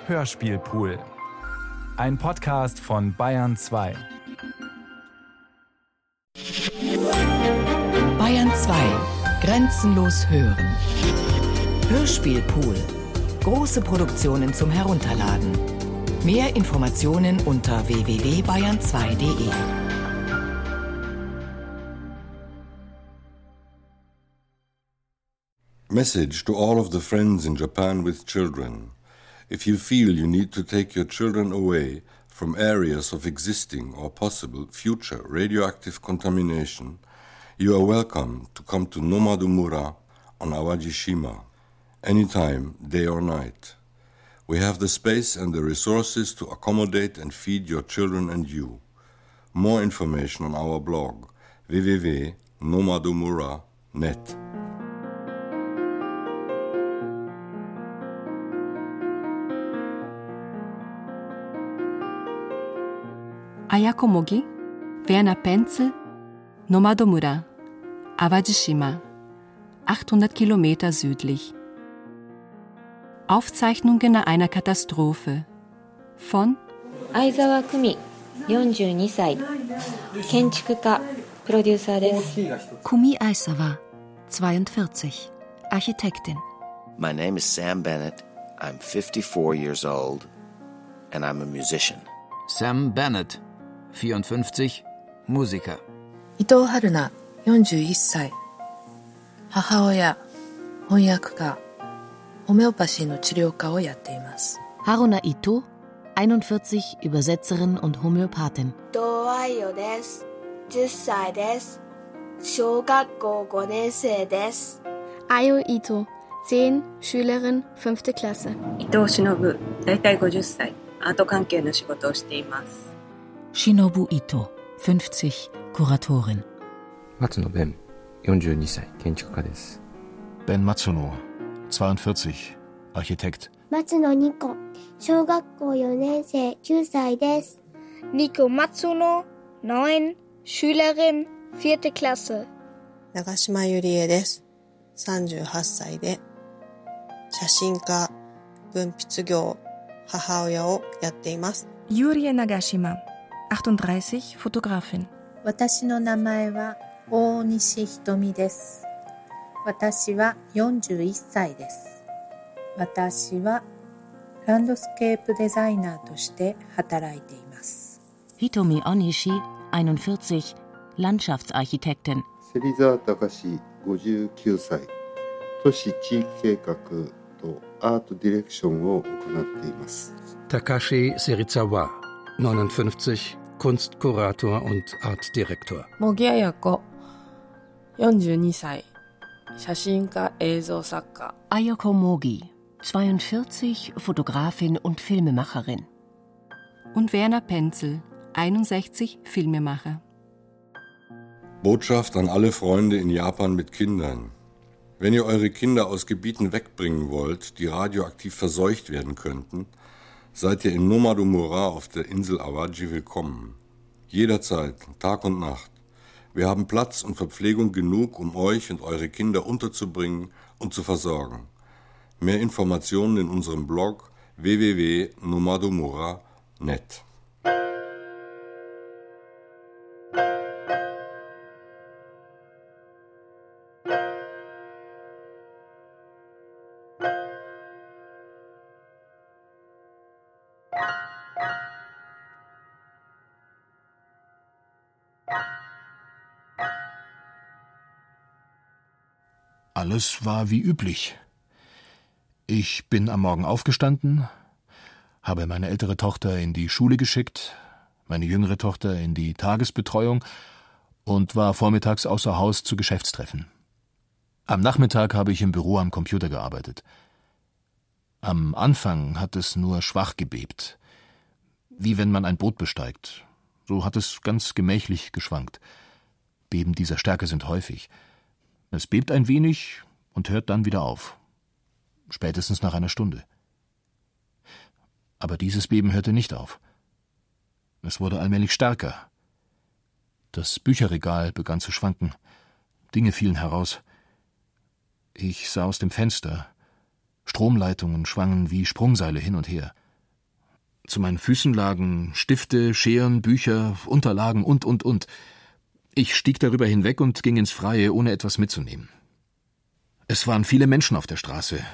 Hörspielpool. Ein Podcast von Bayern 2. Bayern 2. Grenzenlos hören. Hörspielpool. Große Produktionen zum Herunterladen. Mehr Informationen unter www.bayern2.de. Message to all of the friends in Japan with children. If you feel you need to take your children away from areas of existing or possible future radioactive contamination, you are welcome to come to Nomadumura on Awajishima, anytime, day or night. We have the space and the resources to accommodate and feed your children and you. More information on our blog www.nomadumura.net. Ayako Mogi, Werner Penzel, Nomadomura, Awajishima, 800 Kilometer südlich. Aufzeichnungen einer Katastrophe von Aizawa Kumi, 42 歳, 建築家、プロデューサーです。 Kumi Aizawa, 42, Architektin. My name is Sam Bennett. I'm 54 years old and I'm a musician. Sam Bennett, 54, Musiker. 伊藤春菜、41歳。母親、翻訳家、ホメオパシーの治療家をやっています。 Haruna Ito, 41, Übersetzerin und Homöopathin. 堂愛代です。10歳です。小学校5年生です。 Ayo Ito, 10, Schülerin, 5. Klasse. 伊藤忍、だいたい50歳。アート関係の仕事をしています。 Shinobu Ito, 50, Kuratorin. 松野弁、42歳、建築家です。 Ben Matsuno, 42, Architekt. 松野ニコ、小学校4年生、9歳です。 Nico Matsuno, 9, Schülerin, 4. Klasse. 長島ゆりえです。38歳で、写真家、文筆業、母親をやっています。 Yurie Nagashima, 38, Fotografin. 私の名前は大西ひとみです。私は41歳です。私はランドスケープデザイナーとして働いています。 Hitomi Onishi, 41, Landschaftsarchitektin. 芹沢隆、59歳。都市地域計画とアートディレクションを行っています。 Takashi Serizawa, 59, Kunstkurator und Artdirektor. Mogi Ayako, 42歳、写真家、映像作家。 Ayako Mogi, 42, Fotografin und Filmemacherin. und Werner Penzel, 61, Filmemacher. Botschaft an alle Freunde in Japan mit Kindern. Wenn ihr eure Kinder aus Gebieten wegbringen wollt, die radioaktiv verseucht werden könnten, seid ihr in Nomadumura auf der Insel Awaji willkommen. Jederzeit, Tag und Nacht. Wir haben Platz und Verpflegung genug, um euch und eure Kinder unterzubringen und zu versorgen. Mehr Informationen in unserem Blog www.nomadumura.net. Alles war wie üblich. Ich bin am Morgen aufgestanden, habe meine ältere Tochter in die Schule geschickt, meine jüngere Tochter in die Tagesbetreuung und war vormittags außer Haus zu Geschäftstreffen. Am Nachmittag habe ich im Büro am Computer gearbeitet. Am Anfang hat es nur schwach gebebt, wie wenn man ein Boot besteigt. So hat es ganz gemächlich geschwankt. Beben dieser Stärke sind häufig. Es bebt ein wenig und hört dann wieder auf. Spätestens nach einer Stunde. Aber dieses Beben hörte nicht auf. Es wurde allmählich stärker. Das Bücherregal begann zu schwanken. Dinge fielen heraus. Ich sah aus dem Fenster. Stromleitungen schwangen wie Sprungseile hin und her. Zu meinen Füßen lagen Stifte, Scheren, Bücher, Unterlagen und. Ich stieg darüber hinweg und ging ins Freie, ohne etwas mitzunehmen. Es waren viele Menschen auf der Straße.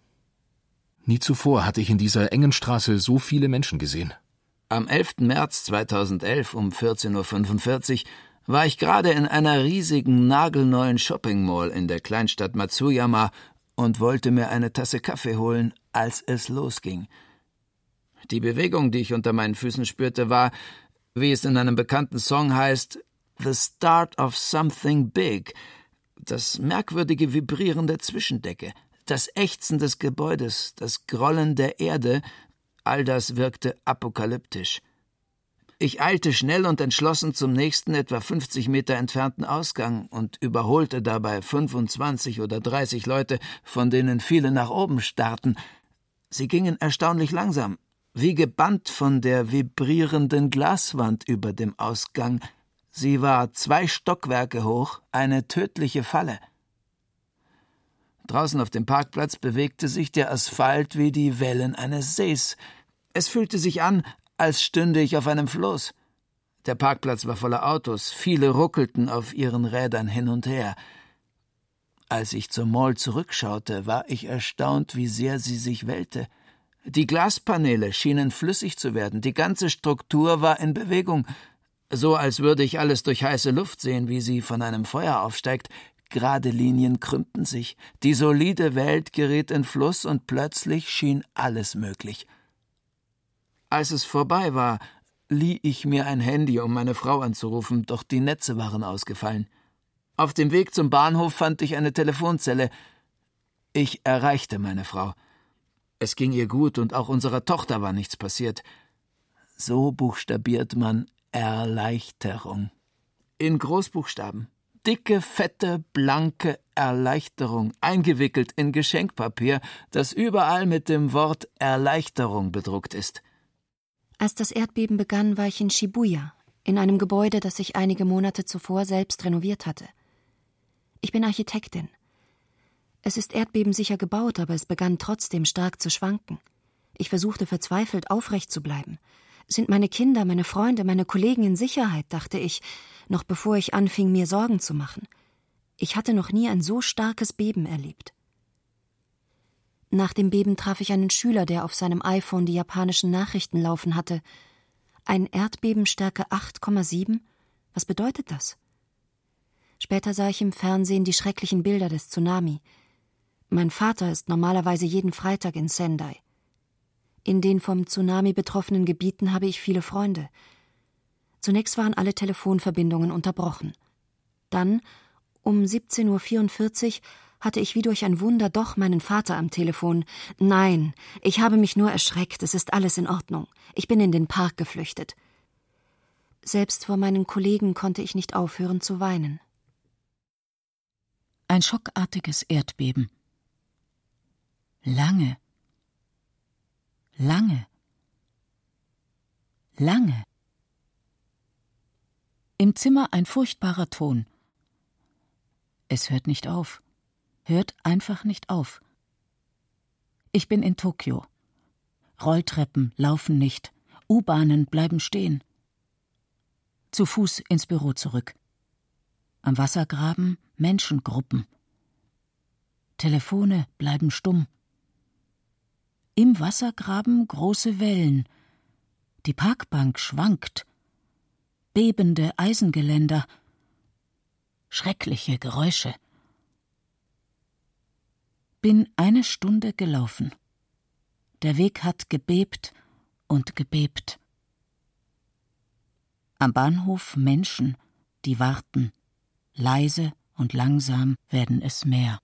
Nie zuvor hatte ich in dieser engen Straße so viele Menschen gesehen. Am 11. März 2011 um 14:45 Uhr war ich gerade in einer riesigen, nagelneuen Shopping-Mall in der Kleinstadt Matsuyama und wollte mir eine Tasse Kaffee holen, als es losging. Die Bewegung, die ich unter meinen Füßen spürte, war, wie es in einem bekannten Song heißt, The Start of Something Big, das merkwürdige Vibrieren der Zwischendecke, das Ächzen des Gebäudes, das Grollen der Erde, all das wirkte apokalyptisch. Ich eilte schnell und entschlossen zum nächsten, etwa 50 Meter entfernten Ausgang und überholte dabei 25 oder 30 Leute, von denen viele nach oben starrten. Sie gingen erstaunlich langsam, wie gebannt von der vibrierenden Glaswand über dem Ausgang. Sie war 2 Stockwerke hoch, eine tödliche Falle. Draußen auf dem Parkplatz bewegte sich der Asphalt wie die Wellen eines Sees. Es fühlte sich an, als stünde ich auf einem Floß. Der Parkplatz war voller Autos, viele ruckelten auf ihren Rädern hin und her. Als ich zur Mall zurückschaute, war ich erstaunt, wie sehr sie sich wellte. Die Glaspaneele schienen flüssig zu werden, die ganze Struktur war in Bewegung, so als würde ich alles durch heiße Luft sehen, wie sie von einem Feuer aufsteigt. Gerade Linien krümmten sich, die solide Welt geriet in Fluss und plötzlich schien alles möglich. Als es vorbei war, lieh ich mir ein Handy, um meine Frau anzurufen, doch die Netze waren ausgefallen. Auf dem Weg zum Bahnhof fand ich eine Telefonzelle. Ich erreichte meine Frau. Es ging ihr gut und auch unserer Tochter war nichts passiert. So buchstabiert man Erleichterung. In Großbuchstaben. Dicke, fette, blanke Erleichterung, eingewickelt in Geschenkpapier, das überall mit dem Wort Erleichterung bedruckt ist. Als das Erdbeben begann, war ich in Shibuya, in einem Gebäude, das ich einige Monate zuvor selbst renoviert hatte. Ich bin Architektin. Es ist erdbebensicher gebaut, aber es begann trotzdem stark zu schwanken. Ich versuchte verzweifelt, aufrecht zu bleiben. Sind meine Kinder, meine Freunde, meine Kollegen in Sicherheit, dachte ich, noch bevor ich anfing, mir Sorgen zu machen. Ich hatte noch nie ein so starkes Beben erlebt. Nach dem Beben traf ich einen Schüler, der auf seinem iPhone die japanischen Nachrichten laufen hatte. Ein Erdbebenstärke 8,7? Was bedeutet das? Später sah ich im Fernsehen die schrecklichen Bilder des Tsunami. Mein Vater ist normalerweise jeden Freitag in Sendai. In den vom Tsunami betroffenen Gebieten habe ich viele Freunde. Zunächst waren alle Telefonverbindungen unterbrochen. Dann, um 17:44 Uhr, hatte ich wie durch ein Wunder doch meinen Vater am Telefon. »Nein, ich habe mich nur erschreckt, es ist alles in Ordnung. Ich bin in den Park geflüchtet.« Selbst vor meinen Kollegen konnte ich nicht aufhören zu weinen. Ein schockartiges Erdbeben. Lange. Im Zimmer ein furchtbarer Ton. Es hört nicht auf. Hört einfach nicht auf. Ich bin in Tokio. Rolltreppen laufen nicht. U-Bahnen bleiben stehen. Zu Fuß ins Büro zurück. Am Wassergraben Menschengruppen. Telefone bleiben stumm. Im Wassergraben große Wellen. Die Parkbank schwankt. Bebende Eisengeländer. Schreckliche Geräusche. Bin 1 Stunde gelaufen. Der Weg hat gebebt und gebebt. Am Bahnhof Menschen, die warten. Leise und langsam werden es mehr.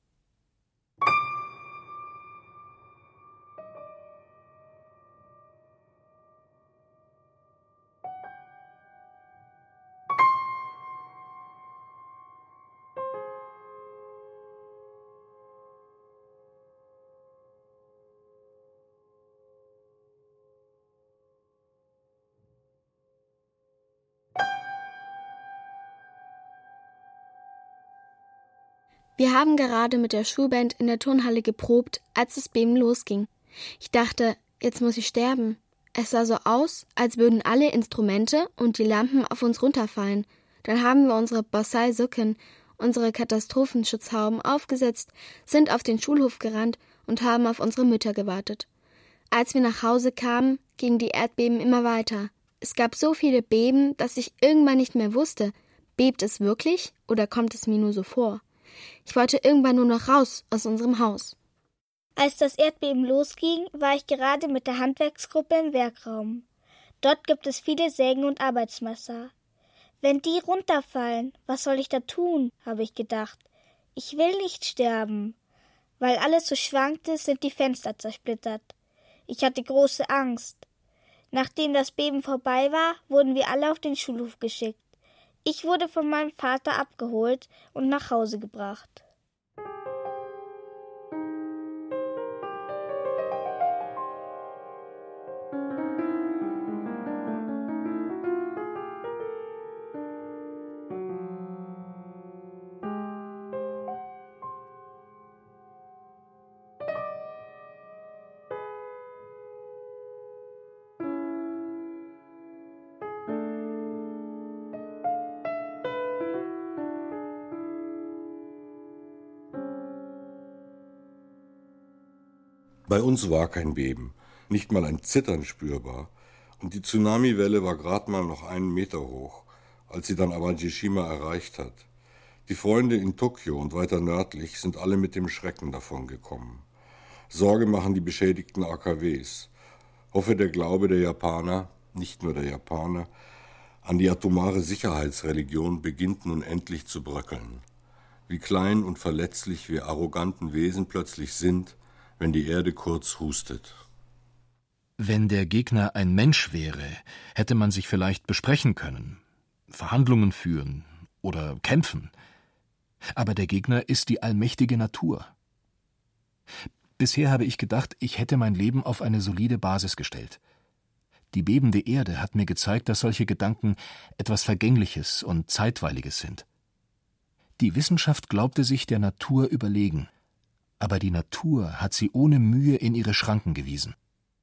Wir haben gerade mit der Schulband in der Turnhalle geprobt, als das Beben losging. Ich dachte, jetzt muss ich sterben. Es sah so aus, als würden alle Instrumente und die Lampen auf uns runterfallen. Dann haben wir unsere Basai-Socken, unsere Katastrophenschutzhauben aufgesetzt, sind auf den Schulhof gerannt und haben auf unsere Mütter gewartet. Als wir nach Hause kamen, gingen die Erdbeben immer weiter. Es gab so viele Beben, dass ich irgendwann nicht mehr wusste, bebt es wirklich oder kommt es mir nur so vor? Ich wollte irgendwann nur noch raus aus unserem Haus. Als das Erdbeben losging, war ich gerade mit der Handwerksgruppe im Werkraum. Dort gibt es viele Sägen und Arbeitsmesser. Wenn die runterfallen, was soll ich da tun, habe ich gedacht. Ich will nicht sterben. Weil alles so schwankte, sind die Fenster zersplittert. Ich hatte große Angst. Nachdem das Beben vorbei war, wurden wir alle auf den Schulhof geschickt. Ich wurde von meinem Vater abgeholt und nach Hause gebracht. Bei uns war kein Beben, nicht mal ein Zittern spürbar, und die Tsunamiwelle war gerade mal noch 1 Meter hoch, als sie dann Awajishima erreicht hat. Die Freunde in Tokio und weiter nördlich sind alle mit dem Schrecken davongekommen. Sorge machen die beschädigten AKWs. Hoffe der Glaube der Japaner, nicht nur der Japaner, an die atomare Sicherheitsreligion beginnt nun endlich zu bröckeln. Wie klein und verletzlich wir arroganten Wesen plötzlich sind, wenn die Erde kurz hustet. Wenn der Gegner ein Mensch wäre, hätte man sich vielleicht besprechen können, Verhandlungen führen oder kämpfen. Aber der Gegner ist die allmächtige Natur. Bisher habe ich gedacht, ich hätte mein Leben auf eine solide Basis gestellt. Die bebende Erde hat mir gezeigt, dass solche Gedanken etwas Vergängliches und Zeitweiliges sind. Die Wissenschaft glaubte sich der Natur überlegen. Aber die Natur hat sie ohne Mühe in ihre Schranken gewiesen.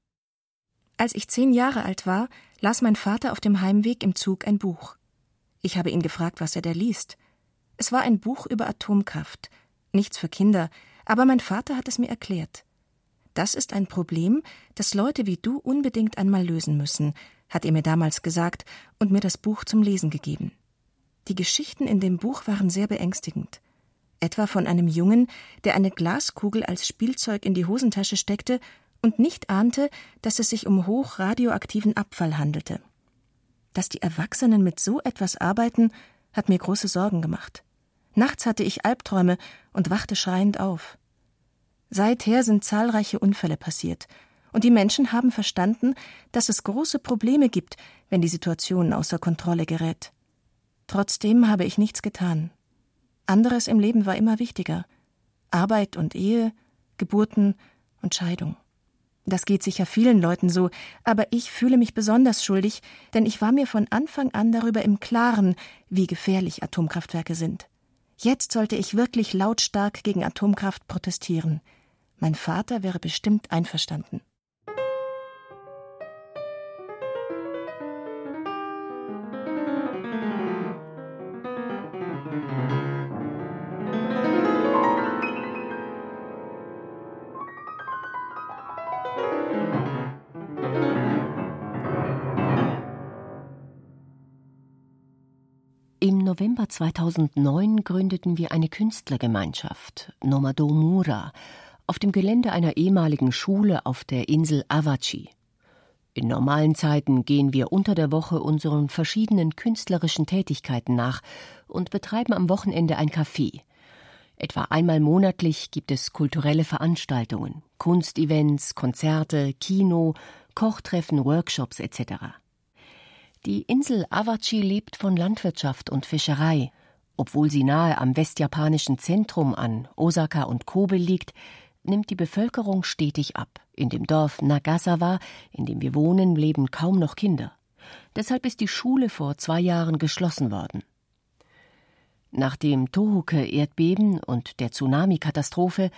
Als ich 10 Jahre alt war, las mein Vater auf dem Heimweg im Zug ein Buch. Ich habe ihn gefragt, was er da liest. Es war ein Buch über Atomkraft. Nichts für Kinder, aber mein Vater hat es mir erklärt. Das ist ein Problem, das Leute wie du unbedingt einmal lösen müssen, hat er mir damals gesagt und mir das Buch zum Lesen gegeben. Die Geschichten in dem Buch waren sehr beängstigend. Etwa von einem Jungen, der eine Glaskugel als Spielzeug in die Hosentasche steckte und nicht ahnte, dass es sich um hochradioaktiven Abfall handelte. Dass die Erwachsenen mit so etwas arbeiten, hat mir große Sorgen gemacht. Nachts hatte ich Albträume und wachte schreiend auf. Seither sind zahlreiche Unfälle passiert, und die Menschen haben verstanden, dass es große Probleme gibt, wenn die Situation außer Kontrolle gerät. Trotzdem habe ich nichts getan. Anderes im Leben war immer wichtiger. Arbeit und Ehe, Geburten und Scheidung. Das geht sicher vielen Leuten so, aber ich fühle mich besonders schuldig, denn ich war mir von Anfang an darüber im Klaren, wie gefährlich Atomkraftwerke sind. Jetzt sollte ich wirklich lautstark gegen Atomkraft protestieren. Mein Vater wäre bestimmt einverstanden. Im November 2009 gründeten wir eine Künstlergemeinschaft, Nomado Mura, auf dem Gelände einer ehemaligen Schule auf der Insel Awaji. In normalen Zeiten gehen wir unter der Woche unseren verschiedenen künstlerischen Tätigkeiten nach und betreiben am Wochenende ein Café. Etwa einmal monatlich gibt es kulturelle Veranstaltungen, Kunstevents, Konzerte, Kino, Kochtreffen, Workshops etc. Die Insel Awaji lebt von Landwirtschaft und Fischerei. Obwohl sie nahe am westjapanischen Zentrum an Osaka und Kobe liegt, nimmt die Bevölkerung stetig ab. In dem Dorf Nagasawa, in dem wir wohnen, leben kaum noch Kinder. Deshalb ist die Schule vor 2 Jahren geschlossen worden. Nach dem Tohoku-Erdbeben und der Tsunami-Katastrophe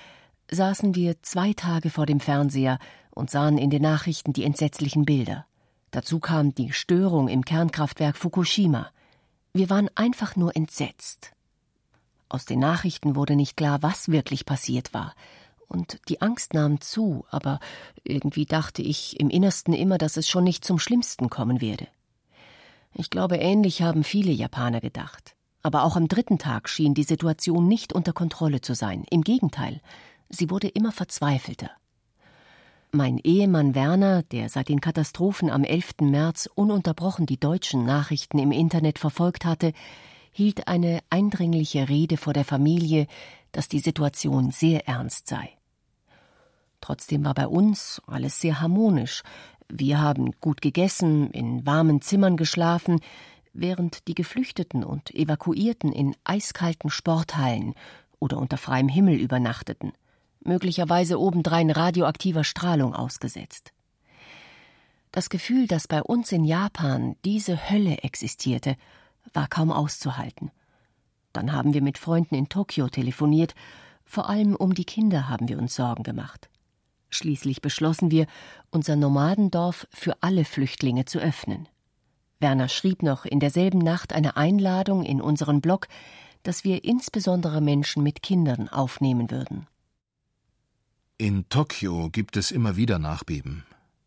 saßen wir 2 Tage vor dem Fernseher und sahen in den Nachrichten die entsetzlichen Bilder. Dazu kam die Störung im Kernkraftwerk Fukushima. Wir waren einfach nur entsetzt. Aus den Nachrichten wurde nicht klar, was wirklich passiert war. Und die Angst nahm zu, aber irgendwie dachte ich im Innersten immer, dass es schon nicht zum Schlimmsten kommen werde. Ich glaube, ähnlich haben viele Japaner gedacht. Aber auch am 3. Tag schien die Situation nicht unter Kontrolle zu sein. Im Gegenteil, sie wurde immer verzweifelter. Mein Ehemann Werner, der seit den Katastrophen am 11. März ununterbrochen die deutschen Nachrichten im Internet verfolgt hatte, hielt eine eindringliche Rede vor der Familie, dass die Situation sehr ernst sei. Trotzdem war bei uns alles sehr harmonisch. Wir haben gut gegessen, in warmen Zimmern geschlafen, während die Geflüchteten und Evakuierten in eiskalten Sporthallen oder unter freiem Himmel übernachteten, möglicherweise obendrein radioaktiver Strahlung ausgesetzt. Das Gefühl, dass bei uns in Japan diese Hölle existierte, war kaum auszuhalten. Dann haben wir mit Freunden in Tokio telefoniert, vor allem um die Kinder haben wir uns Sorgen gemacht. Schließlich beschlossen wir, unser Nomadendorf für alle Flüchtlinge zu öffnen. Werner schrieb noch in derselben Nacht eine Einladung in unseren Blog, dass wir insbesondere Menschen mit Kindern aufnehmen würden. In Tokio gibt es immer wieder Nachbeben.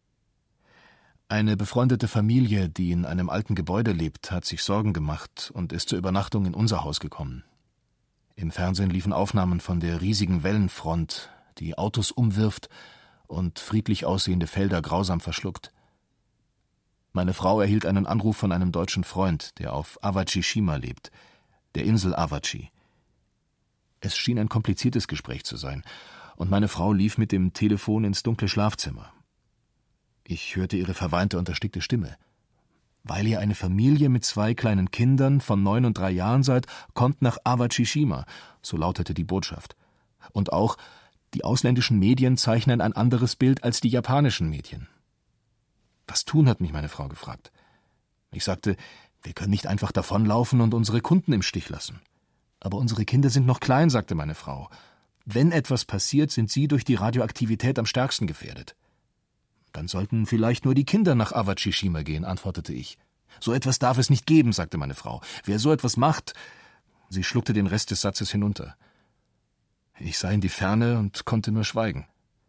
Eine befreundete Familie, die in einem alten Gebäude lebt, hat sich Sorgen gemacht und ist zur Übernachtung in unser Haus gekommen. Im Fernsehen liefen Aufnahmen von der riesigen Wellenfront, die Autos umwirft und friedlich aussehende Felder grausam verschluckt. Meine Frau erhielt einen Anruf von einem deutschen Freund, der auf Awachi-shima lebt, der Insel Awachi. Es schien ein kompliziertes Gespräch zu sein, und meine Frau lief mit dem Telefon ins dunkle Schlafzimmer. Ich hörte ihre verweinte und erstickte Stimme. Weil ihr eine Familie mit 2 kleinen Kindern von 9 und 3 Jahren seid, kommt nach Awachi-shima, so lautete die Botschaft. Und auch, die ausländischen Medien zeichnen ein anderes Bild als die japanischen Medien. Was tun, hat mich meine Frau gefragt. Ich sagte, wir können nicht einfach davonlaufen und unsere Kunden im Stich lassen. Aber unsere Kinder sind noch klein, sagte meine Frau. Wenn etwas passiert, sind sie durch die Radioaktivität am stärksten gefährdet. Dann sollten vielleicht nur die Kinder nach Awachi-shima gehen, antwortete ich. So etwas darf es nicht geben, sagte meine Frau. Wer so etwas macht... Sie schluckte den Rest des Satzes hinunter. Ich sah in die Ferne und konnte nur schweigen.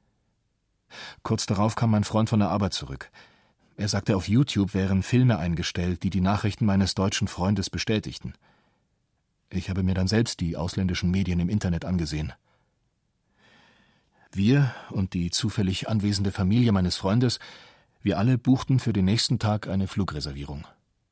Kurz darauf kam mein Freund von der Arbeit zurück. Er sagte, auf YouTube wären Filme eingestellt, die die Nachrichten meines deutschen Freundes bestätigten. Ich habe mir dann selbst die ausländischen Medien im Internet angesehen. Wir und die zufällig anwesende Familie meines Freundes, wir alle buchten für den nächsten Tag eine Flugreservierung.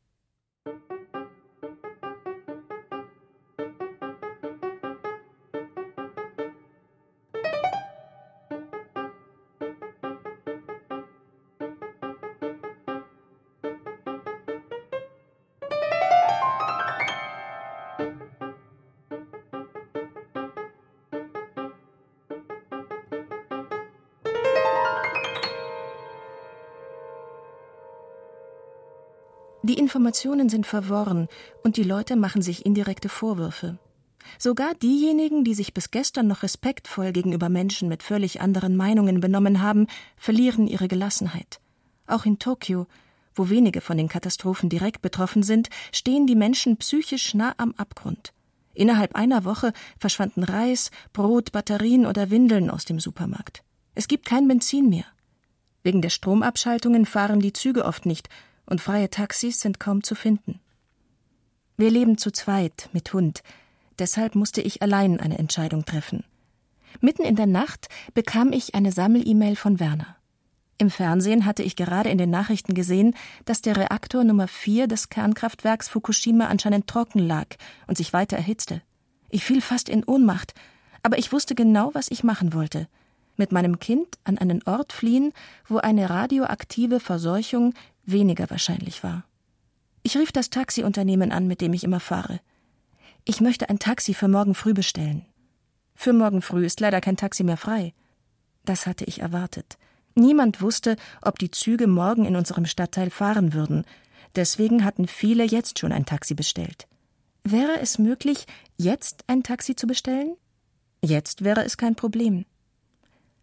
Die Informationen sind verworren und die Leute machen sich indirekte Vorwürfe. Sogar diejenigen, die sich bis gestern noch respektvoll gegenüber Menschen mit völlig anderen Meinungen benommen haben, verlieren ihre Gelassenheit. Auch in Tokio, wo wenige von den Katastrophen direkt betroffen sind, stehen die Menschen psychisch nah am Abgrund. Innerhalb einer Woche verschwanden Reis, Brot, Batterien oder Windeln aus dem Supermarkt. Es gibt kein Benzin mehr. Wegen der Stromabschaltungen fahren die Züge oft nicht und freie Taxis sind kaum zu finden. Wir leben zu zweit mit Hund, deshalb musste ich allein eine Entscheidung treffen. Mitten in der Nacht bekam ich eine Sammel-E-Mail von Werner. Im Fernsehen hatte ich gerade in den Nachrichten gesehen, dass der Reaktor Nummer 4 des Kernkraftwerks Fukushima anscheinend trocken lag und sich weiter erhitzte. Ich fiel fast in Ohnmacht, aber ich wusste genau, was ich machen wollte. Mit meinem Kind an einen Ort fliehen, wo eine radioaktive Verseuchung weniger wahrscheinlich war. Ich rief das Taxiunternehmen an, mit dem ich immer fahre. Ich möchte ein Taxi für morgen früh bestellen. Für morgen früh ist leider kein Taxi mehr frei. Das hatte ich erwartet. Niemand wusste, ob die Züge morgen in unserem Stadtteil fahren würden. Deswegen hatten viele jetzt schon ein Taxi bestellt. Wäre es möglich, jetzt ein Taxi zu bestellen? Jetzt wäre es kein Problem.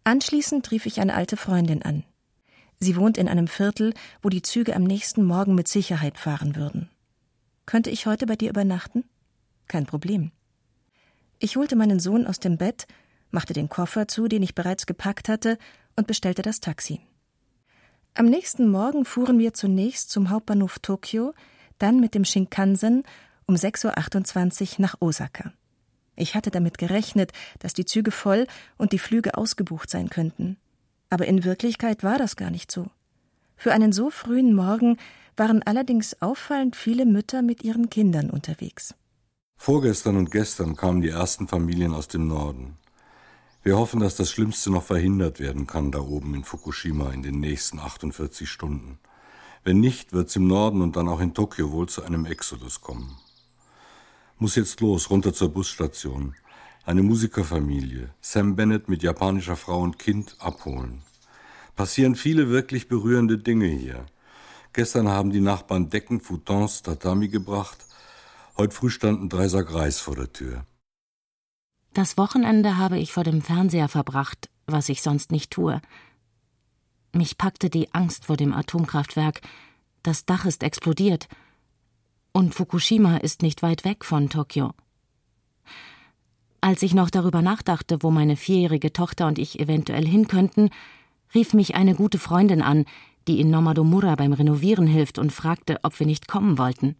Anschließend rief ich eine alte Freundin an. Sie wohnt in einem Viertel, wo die Züge am nächsten Morgen mit Sicherheit fahren würden. Könnte ich heute bei dir übernachten? Kein Problem. Ich holte meinen Sohn aus dem Bett, machte den Koffer zu, den ich bereits gepackt hatte, und bestellte das Taxi. Am nächsten Morgen fuhren wir zunächst zum Hauptbahnhof Tokio, dann mit dem Shinkansen um 6:28 Uhr nach Osaka. Ich hatte damit gerechnet, dass die Züge voll und die Flüge ausgebucht sein könnten. Aber in Wirklichkeit war das gar nicht so. Für einen so frühen Morgen waren allerdings auffallend viele Mütter mit ihren Kindern unterwegs. Vorgestern und gestern kamen die ersten Familien aus dem Norden. Wir hoffen, dass das Schlimmste noch verhindert werden kann da oben in Fukushima in den nächsten 48 Stunden. Wenn nicht, wird es im Norden und dann auch in Tokio wohl zu einem Exodus kommen. Muss jetzt los, runter zur Busstation. Eine Musikerfamilie, Sam Bennett mit japanischer Frau und Kind, abholen. Passieren viele wirklich berührende Dinge hier. Gestern haben die Nachbarn Decken, Futons, Tatami gebracht. Heute früh standen 3 Sack Reis vor der Tür. Das Wochenende habe ich vor dem Fernseher verbracht, was ich sonst nicht tue. Mich packte die Angst vor dem Atomkraftwerk. Das Dach ist explodiert. Und Fukushima ist nicht weit weg von Tokio. Als ich noch darüber nachdachte, wo meine 4-jährige Tochter und ich eventuell hin könnten, rief mich eine gute Freundin an, die in Nomadomura beim Renovieren hilft, und fragte, ob wir nicht kommen wollten.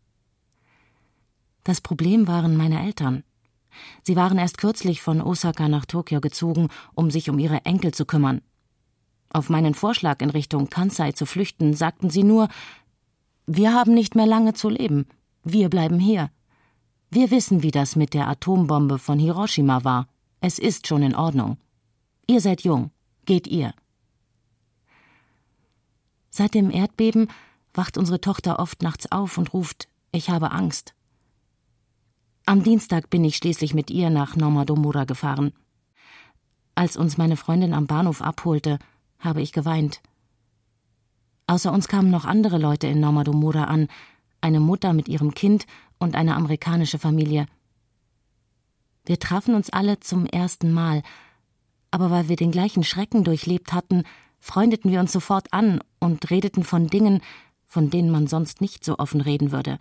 Das Problem waren meine Eltern. Sie waren erst kürzlich von Osaka nach Tokio gezogen, um sich um ihre Enkel zu kümmern. Auf meinen Vorschlag, in Richtung Kansai zu flüchten, sagten sie nur: Wir haben nicht mehr lange zu leben. Wir bleiben hier. Wir wissen, wie das mit der Atombombe von Hiroshima war. Es ist schon in Ordnung. Ihr seid jung. Geht ihr. Seit dem Erdbeben wacht unsere Tochter oft nachts auf und ruft: Ich habe Angst. Am Dienstag bin ich schließlich mit ihr nach Nomadomura gefahren. Als uns meine Freundin am Bahnhof abholte, habe ich geweint. Außer uns kamen noch andere Leute in Nomadomura an, eine Mutter mit ihrem Kind und eine amerikanische Familie. Wir trafen uns alle zum ersten Mal, aber weil wir den gleichen Schrecken durchlebt hatten, freundeten wir uns sofort an und redeten von Dingen, von denen man sonst nicht so offen reden würde.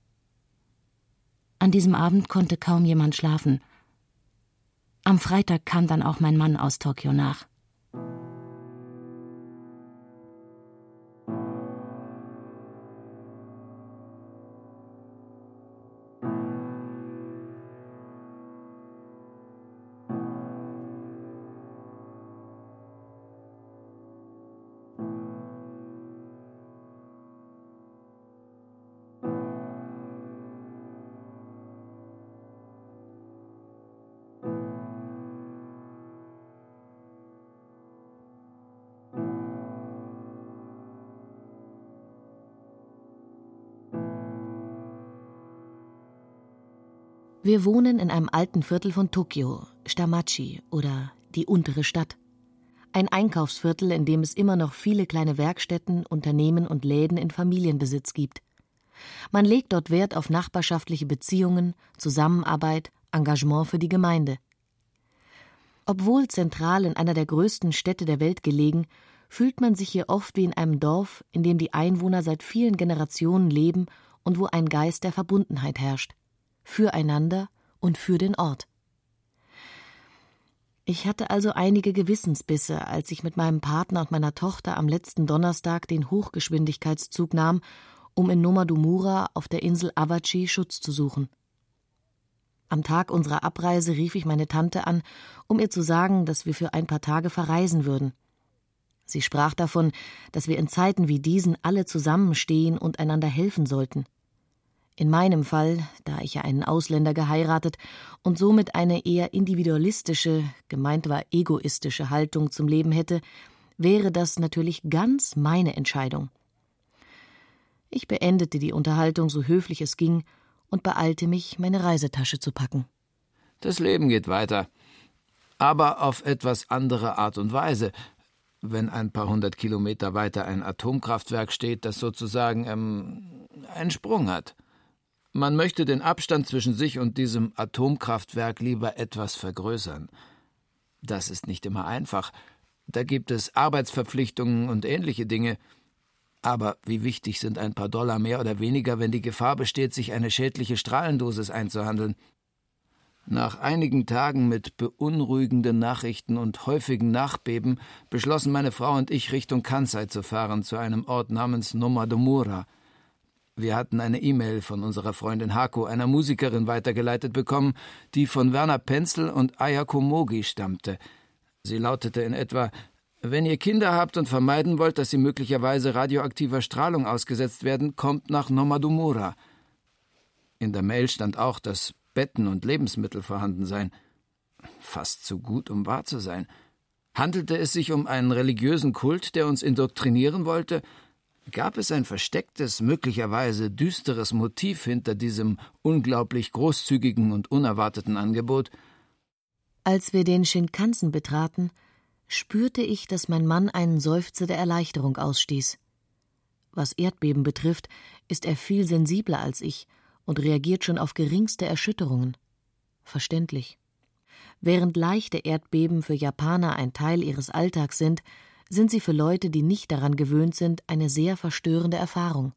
An diesem Abend konnte kaum jemand schlafen. Am Freitag kam dann auch mein Mann aus Tokio nach. Wir wohnen in einem alten Viertel von Tokio, Shitamachi oder die untere Stadt. Ein Einkaufsviertel, in dem es immer noch viele kleine Werkstätten, Unternehmen und Läden in Familienbesitz gibt. Man legt dort Wert auf nachbarschaftliche Beziehungen, Zusammenarbeit, Engagement für die Gemeinde. Obwohl zentral in einer der größten Städte der Welt gelegen, fühlt man sich hier oft wie in einem Dorf, in dem die Einwohner seit vielen Generationen leben und wo ein Geist der Verbundenheit herrscht. Füreinander und für den Ort. Ich hatte also einige Gewissensbisse, als ich mit meinem Partner und meiner Tochter am letzten Donnerstag den Hochgeschwindigkeitszug nahm, um in Nomadomura auf der Insel Awaji Schutz zu suchen. Am Tag unserer Abreise rief ich meine Tante an, um ihr zu sagen, dass wir für ein paar Tage verreisen würden. Sie sprach davon, dass wir in Zeiten wie diesen alle zusammenstehen und einander helfen sollten. In meinem Fall, da ich ja einen Ausländer geheiratet und somit eine eher individualistische, gemeint war egoistische Haltung zum Leben hätte, wäre das natürlich ganz meine Entscheidung. Ich beendete die Unterhaltung so höflich es ging und beeilte mich, meine Reisetasche zu packen. Das Leben geht weiter, aber auf etwas andere Art und Weise. Wenn ein paar 100 Kilometer weiter ein Atomkraftwerk steht, das sozusagen einen Sprung hat. Man möchte den Abstand zwischen sich und diesem Atomkraftwerk lieber etwas vergrößern. Das ist nicht immer einfach. Da gibt es Arbeitsverpflichtungen und ähnliche Dinge. Aber wie wichtig sind ein paar Dollar mehr oder weniger, wenn die Gefahr besteht, sich eine schädliche Strahlendosis einzuhandeln? Nach einigen Tagen mit beunruhigenden Nachrichten und häufigen Nachbeben beschlossen meine Frau und ich, Richtung Kansai zu fahren, zu einem Ort namens Nomadomura. Wir hatten eine E-Mail von unserer Freundin Hako, einer Musikerin, weitergeleitet bekommen, die von Werner Penzel und Ayako Mogi stammte. Sie lautete in etwa: Wenn ihr Kinder habt und vermeiden wollt, dass sie möglicherweise radioaktiver Strahlung ausgesetzt werden, kommt nach Nomadomura. In der Mail stand auch, dass Betten und Lebensmittel vorhanden seien. Fast zu gut, um wahr zu sein. Handelte es sich um einen religiösen Kult, der uns indoktrinieren wollte? Gab es ein verstecktes, möglicherweise düsteres Motiv hinter diesem unglaublich großzügigen und unerwarteten Angebot? Als wir den Shinkansen betraten, spürte ich, dass mein Mann einen Seufzer der Erleichterung ausstieß. Was Erdbeben betrifft, ist er viel sensibler als ich und reagiert schon auf geringste Erschütterungen. Verständlich. Während leichte Erdbeben für Japaner ein Teil ihres Alltags sind sie für Leute, die nicht daran gewöhnt sind, eine sehr verstörende Erfahrung.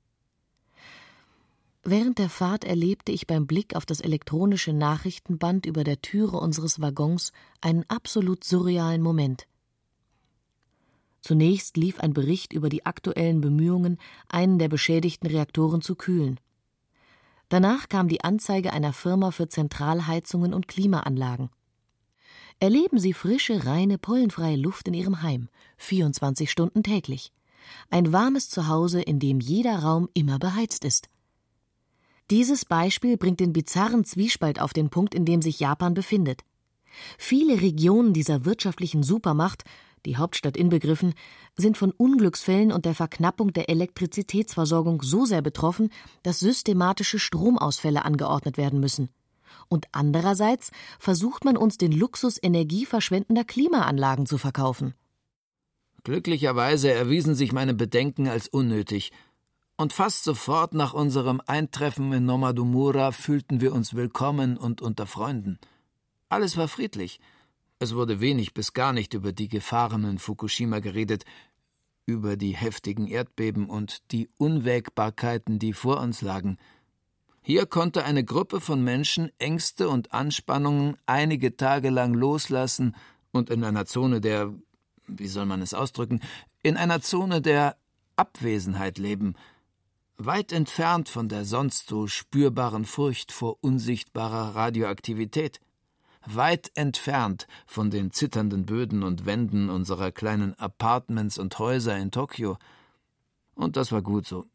Während der Fahrt erlebte ich beim Blick auf das elektronische Nachrichtenband über der Türe unseres Waggons einen absolut surrealen Moment. Zunächst lief ein Bericht über die aktuellen Bemühungen, einen der beschädigten Reaktoren zu kühlen. Danach kam die Anzeige einer Firma für Zentralheizungen und Klimaanlagen. Erleben Sie frische, reine, pollenfreie Luft in Ihrem Heim, 24 Stunden täglich. Ein warmes Zuhause, in dem jeder Raum immer beheizt ist. Dieses Beispiel bringt den bizarren Zwiespalt auf den Punkt, in dem sich Japan befindet. Viele Regionen dieser wirtschaftlichen Supermacht, die Hauptstadt inbegriffen, sind von Unglücksfällen und der Verknappung der Elektrizitätsversorgung so sehr betroffen, dass systematische Stromausfälle angeordnet werden müssen. Und andererseits versucht man uns den Luxus energieverschwendender Klimaanlagen zu verkaufen. Glücklicherweise erwiesen sich meine Bedenken als unnötig. Und fast sofort nach unserem Eintreffen in Nomadomura fühlten wir uns willkommen und unter Freunden. Alles war friedlich. Es wurde wenig bis gar nicht über die Gefahren in Fukushima geredet, über die heftigen Erdbeben und die Unwägbarkeiten, die vor uns lagen. Hier konnte eine Gruppe von Menschen Ängste und Anspannungen einige Tage lang loslassen und in einer Zone der, wie soll man es ausdrücken, in einer Zone der Abwesenheit leben, weit entfernt von der sonst so spürbaren Furcht vor unsichtbarer Radioaktivität. Weit entfernt von den zitternden Böden und Wänden unserer kleinen Apartments und Häuser in Tokio. Und das war gut so.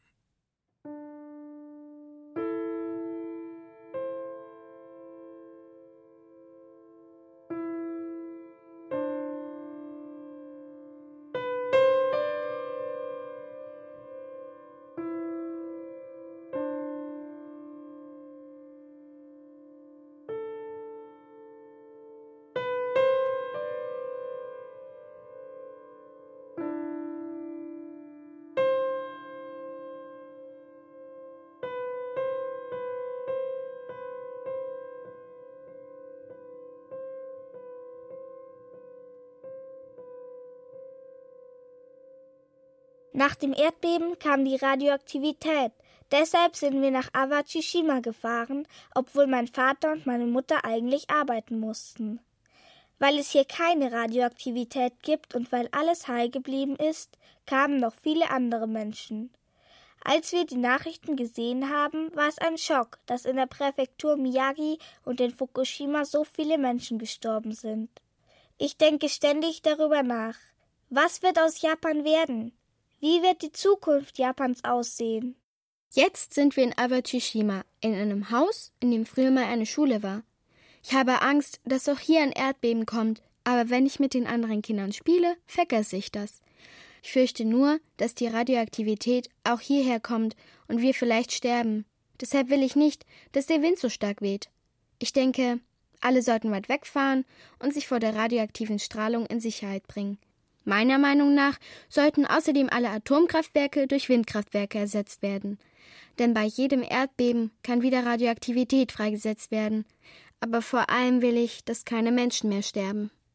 Nach dem Erdbeben kam die Radioaktivität. Deshalb sind wir nach Awashishima gefahren, obwohl mein Vater und meine Mutter eigentlich arbeiten mussten. Weil es hier keine Radioaktivität gibt und weil alles heil geblieben ist, kamen noch viele andere Menschen. Als wir die Nachrichten gesehen haben, war es ein Schock, dass in der Präfektur Miyagi und in Fukushima so viele Menschen gestorben sind. Ich denke ständig darüber nach. Was wird aus Japan werden? Wie wird die Zukunft Japans aussehen? Jetzt sind wir in Awashishima, in einem Haus, in dem früher mal eine Schule war. Ich habe Angst, dass auch hier ein Erdbeben kommt, aber wenn ich mit den anderen Kindern spiele, vergesse ich das. Ich fürchte nur, dass die Radioaktivität auch hierher kommt und wir vielleicht sterben. Deshalb will ich nicht, dass der Wind so stark weht. Ich denke, alle sollten weit wegfahren und sich vor der radioaktiven Strahlung in Sicherheit bringen. Meiner Meinung nach sollten außerdem alle Atomkraftwerke durch Windkraftwerke ersetzt werden. Denn bei jedem Erdbeben kann wieder Radioaktivität freigesetzt werden. Aber vor allem will ich, dass keine Menschen mehr sterben.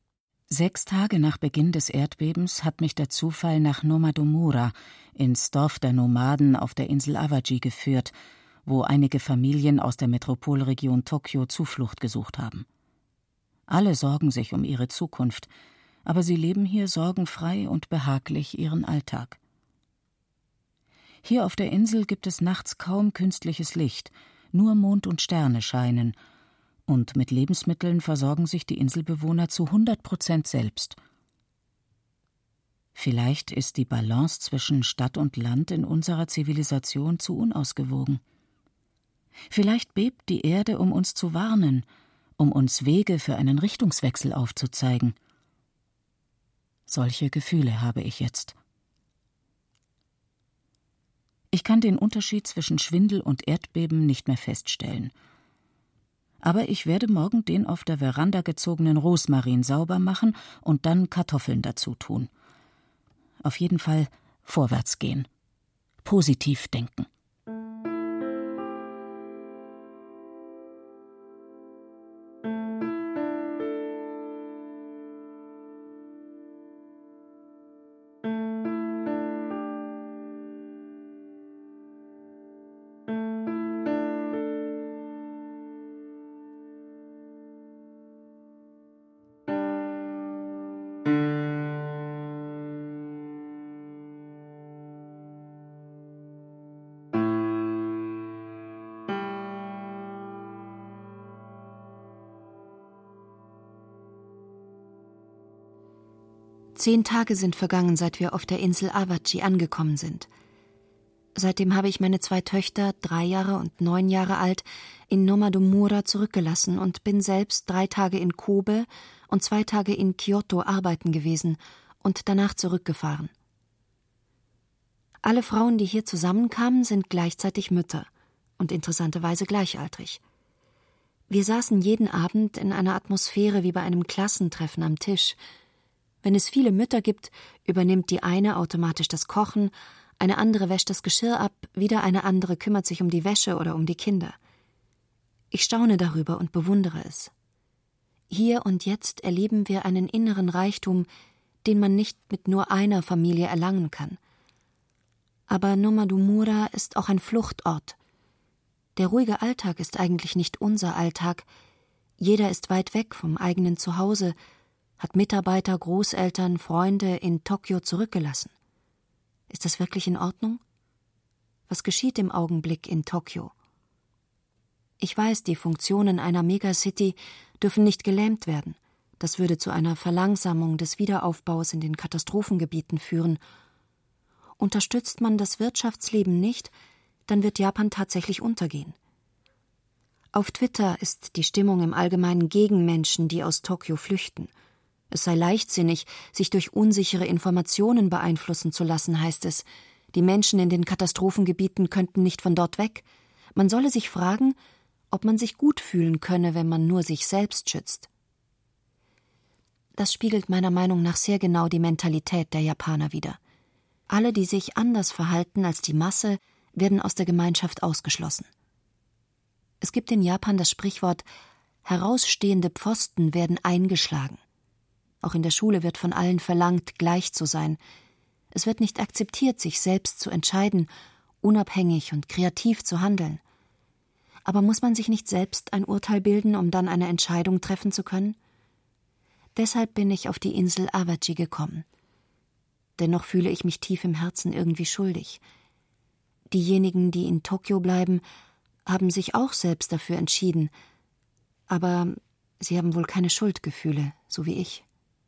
6 Tage nach Beginn des Erdbebens hat mich der Zufall nach Nomadomura, ins Dorf der Nomaden auf der Insel Awaji, geführt, wo einige Familien aus der Metropolregion Tokio Zuflucht gesucht haben. Alle sorgen sich um ihre Zukunft, aber sie leben hier sorgenfrei und behaglich ihren Alltag. Hier auf der Insel gibt es nachts kaum künstliches Licht, nur Mond und Sterne scheinen, und mit Lebensmitteln versorgen sich die Inselbewohner zu 100% selbst. Vielleicht ist die Balance zwischen Stadt und Land in unserer Zivilisation zu unausgewogen. Vielleicht bebt die Erde, um uns zu warnen, um uns Wege für einen Richtungswechsel aufzuzeigen. Solche Gefühle habe ich jetzt. Ich kann den Unterschied zwischen Schwindel und Erdbeben nicht mehr feststellen. Aber ich werde morgen den auf der Veranda gezogenen Rosmarin sauber machen und dann Kartoffeln dazu tun. Auf jeden Fall vorwärts gehen. Positiv denken. Zehn Tage sind vergangen, seit wir auf der Insel Awaji angekommen sind. Seitdem habe ich meine 2 Töchter, 3 Jahre und 9 Jahre alt, in Nomadomura zurückgelassen und bin selbst 3 Tage in Kobe und 2 Tage in Kyoto arbeiten gewesen und danach zurückgefahren. Alle Frauen, die hier zusammenkamen, sind gleichzeitig Mütter und interessanterweise gleichaltrig. Wir saßen jeden Abend in einer Atmosphäre wie bei einem Klassentreffen am Tisch. Wenn es viele Mütter gibt, übernimmt die eine automatisch das Kochen, eine andere wäscht das Geschirr ab, wieder eine andere kümmert sich um die Wäsche oder um die Kinder. Ich staune darüber und bewundere es. Hier und jetzt erleben wir einen inneren Reichtum, den man nicht mit nur einer Familie erlangen kann. Aber Nomadomura ist auch ein Fluchtort. Der ruhige Alltag ist eigentlich nicht unser Alltag. Jeder ist weit weg vom eigenen Zuhause, hat Mitarbeiter, Großeltern, Freunde in Tokio zurückgelassen. Ist das wirklich in Ordnung? Was geschieht im Augenblick in Tokio? Ich weiß, die Funktionen einer Megacity dürfen nicht gelähmt werden. Das würde zu einer Verlangsamung des Wiederaufbaus in den Katastrophengebieten führen. Unterstützt man das Wirtschaftsleben nicht, dann wird Japan tatsächlich untergehen. Auf Twitter ist die Stimmung im Allgemeinen gegen Menschen, die aus Tokio flüchten. Es sei leichtsinnig, sich durch unsichere Informationen beeinflussen zu lassen, heißt es. Die Menschen in den Katastrophengebieten könnten nicht von dort weg. Man solle sich fragen, ob man sich gut fühlen könne, wenn man nur sich selbst schützt. Das spiegelt meiner Meinung nach sehr genau die Mentalität der Japaner wider. Alle, die sich anders verhalten als die Masse, werden aus der Gemeinschaft ausgeschlossen. Es gibt in Japan das Sprichwort, herausstehende Pfosten werden eingeschlagen. Auch in der Schule wird von allen verlangt, gleich zu sein. Es wird nicht akzeptiert, sich selbst zu entscheiden, unabhängig und kreativ zu handeln. Aber muss man sich nicht selbst ein Urteil bilden, um dann eine Entscheidung treffen zu können? Deshalb bin ich auf die Insel Awaji gekommen. Dennoch fühle ich mich tief im Herzen irgendwie schuldig. Diejenigen, die in Tokio bleiben, haben sich auch selbst dafür entschieden. Aber sie haben wohl keine Schuldgefühle, so wie ich.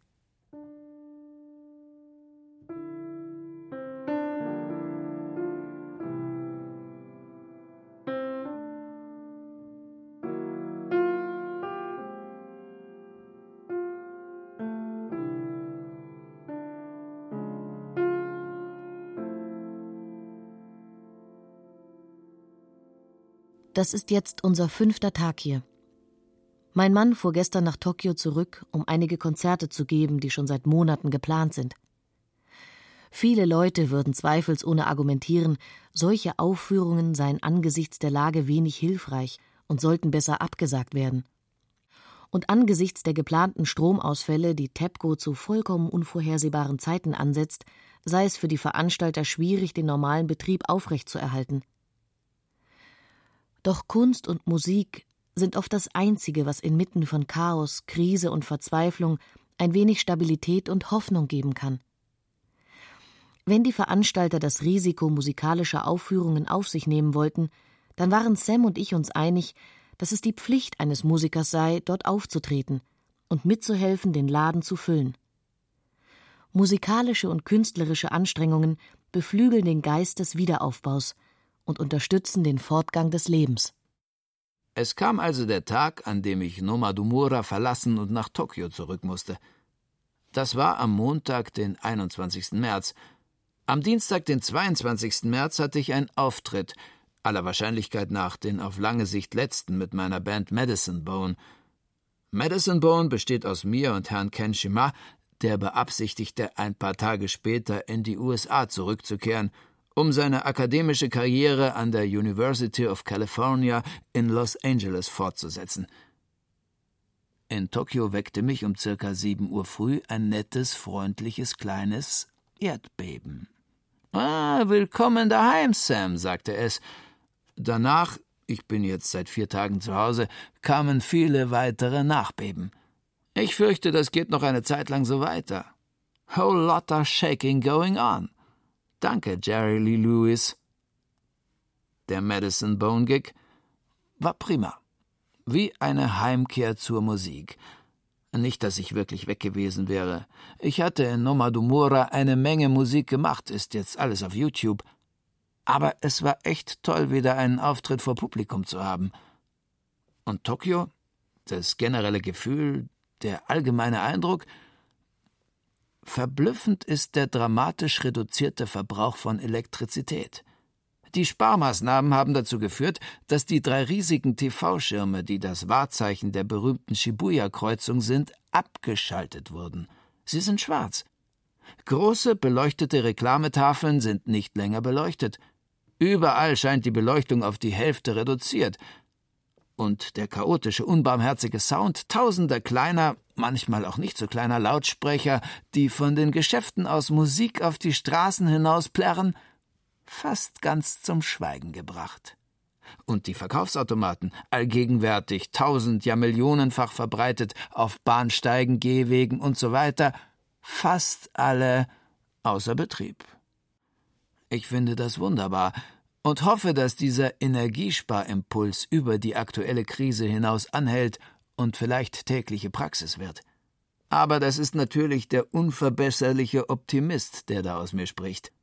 Das ist jetzt unser 5. Tag hier. Mein Mann fuhr gestern nach Tokio zurück, um einige Konzerte zu geben, die schon seit Monaten geplant sind. Viele Leute würden zweifelsohne argumentieren, solche Aufführungen seien angesichts der Lage wenig hilfreich und sollten besser abgesagt werden. Und angesichts der geplanten Stromausfälle, die TEPCO zu vollkommen unvorhersehbaren Zeiten ansetzt, sei es für die Veranstalter schwierig, den normalen Betrieb aufrechtzuerhalten. Doch Kunst und Musik sind oft das Einzige, was inmitten von Chaos, Krise und Verzweiflung ein wenig Stabilität und Hoffnung geben kann. Wenn die Veranstalter das Risiko musikalischer Aufführungen auf sich nehmen wollten, dann waren Sam und ich uns einig, dass es die Pflicht eines Musikers sei, dort aufzutreten und mitzuhelfen, den Laden zu füllen. Musikalische und künstlerische Anstrengungen beflügeln den Geist des Wiederaufbaus und unterstützen den Fortgang des Lebens. Es kam also der Tag, an dem ich Nomadomura verlassen und nach Tokio zurück musste. Das war am Montag, den 21. März. Am Dienstag, den 22. März, hatte ich einen Auftritt, aller Wahrscheinlichkeit nach den auf lange Sicht letzten mit meiner Band Medicine Bone. Medicine Bone besteht aus mir und Herrn Ken Shima, der beabsichtigte, ein paar Tage später in die USA zurückzukehren, um seine akademische Karriere an der University of California in Los Angeles fortzusetzen. In Tokio weckte mich um ca. 7 Uhr früh ein nettes, freundliches, kleines Erdbeben. »Ah, willkommen daheim, Sam«, sagte es. Danach, ich bin jetzt seit 4 Tagen zu Hause, kamen viele weitere Nachbeben. Ich fürchte, das geht noch eine Zeit lang so weiter. Whole lot of shaking going on. Danke, Jerry Lee Lewis. Der Medicine Bone Gig war prima. Wie eine Heimkehr zur Musik. Nicht, dass ich wirklich weg gewesen wäre. Ich hatte in Nomadomura eine Menge Musik gemacht, ist jetzt alles auf YouTube. Aber es war echt toll, wieder einen Auftritt vor Publikum zu haben. Und Tokio? Das generelle Gefühl, der allgemeine Eindruck? Verblüffend ist der dramatisch reduzierte Verbrauch von Elektrizität. Die Sparmaßnahmen haben dazu geführt, dass die 3 riesigen TV-Schirme, die das Wahrzeichen der berühmten Shibuya-Kreuzung sind, abgeschaltet wurden. Sie sind schwarz. Große, beleuchtete Reklametafeln sind nicht länger beleuchtet. Überall scheint die Beleuchtung auf die Hälfte reduziert. Und der chaotische, unbarmherzige Sound tausender kleiner, manchmal auch nicht so kleiner Lautsprecher, die von den Geschäften aus Musik auf die Straßen hinaus plärren, fast ganz zum Schweigen gebracht. Und die Verkaufsautomaten, allgegenwärtig, 1000, ja millionenfach verbreitet, auf Bahnsteigen, Gehwegen und so weiter, fast alle außer Betrieb. Ich finde das wunderbar und hoffe, dass dieser Energiesparimpuls über die aktuelle Krise hinaus anhält und vielleicht tägliche Praxis wird. Aber das ist natürlich der unverbesserliche Optimist, der da aus mir spricht.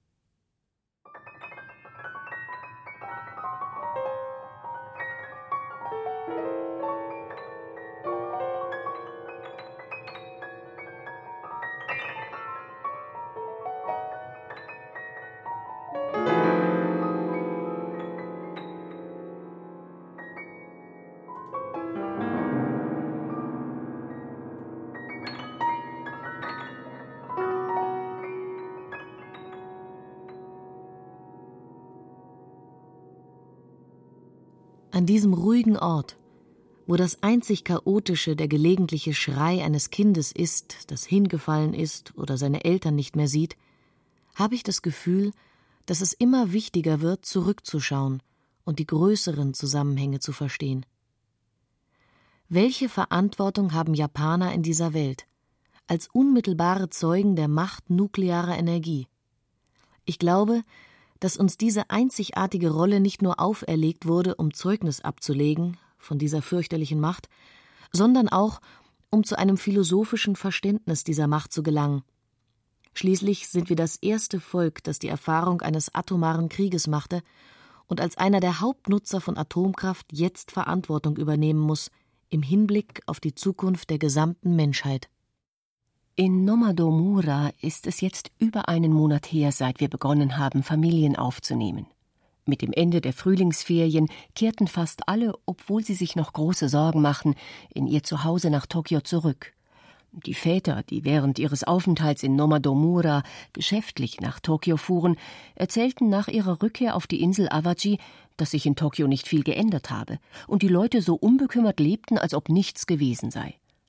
An diesem ruhigen Ort, wo das einzig Chaotische der gelegentliche Schrei eines Kindes ist, das hingefallen ist oder seine Eltern nicht mehr sieht, habe ich das Gefühl, dass es immer wichtiger wird, zurückzuschauen und die größeren Zusammenhänge zu verstehen. Welche Verantwortung haben Japaner in dieser Welt, als unmittelbare Zeugen der Macht nuklearer Energie? Ich glaube, dass uns diese einzigartige Rolle nicht nur auferlegt wurde, um Zeugnis abzulegen von dieser fürchterlichen Macht, sondern auch, um zu einem philosophischen Verständnis dieser Macht zu gelangen. Schließlich sind wir das erste Volk, das die Erfahrung eines atomaren Krieges machte und als einer der Hauptnutzer von Atomkraft jetzt Verantwortung übernehmen muss, im Hinblick auf die Zukunft der gesamten Menschheit. In Nomadomura ist es jetzt über einen Monat her, seit wir begonnen haben, Familien aufzunehmen. Mit dem Ende der Frühlingsferien kehrten fast alle, obwohl sie sich noch große Sorgen machten, in ihr Zuhause nach Tokio zurück. Die Väter, die während ihres Aufenthalts in Nomadomura geschäftlich nach Tokio fuhren, erzählten nach ihrer Rückkehr auf die Insel Awaji, dass sich in Tokio nicht viel geändert habe und die Leute so unbekümmert lebten, als ob nichts gewesen sei.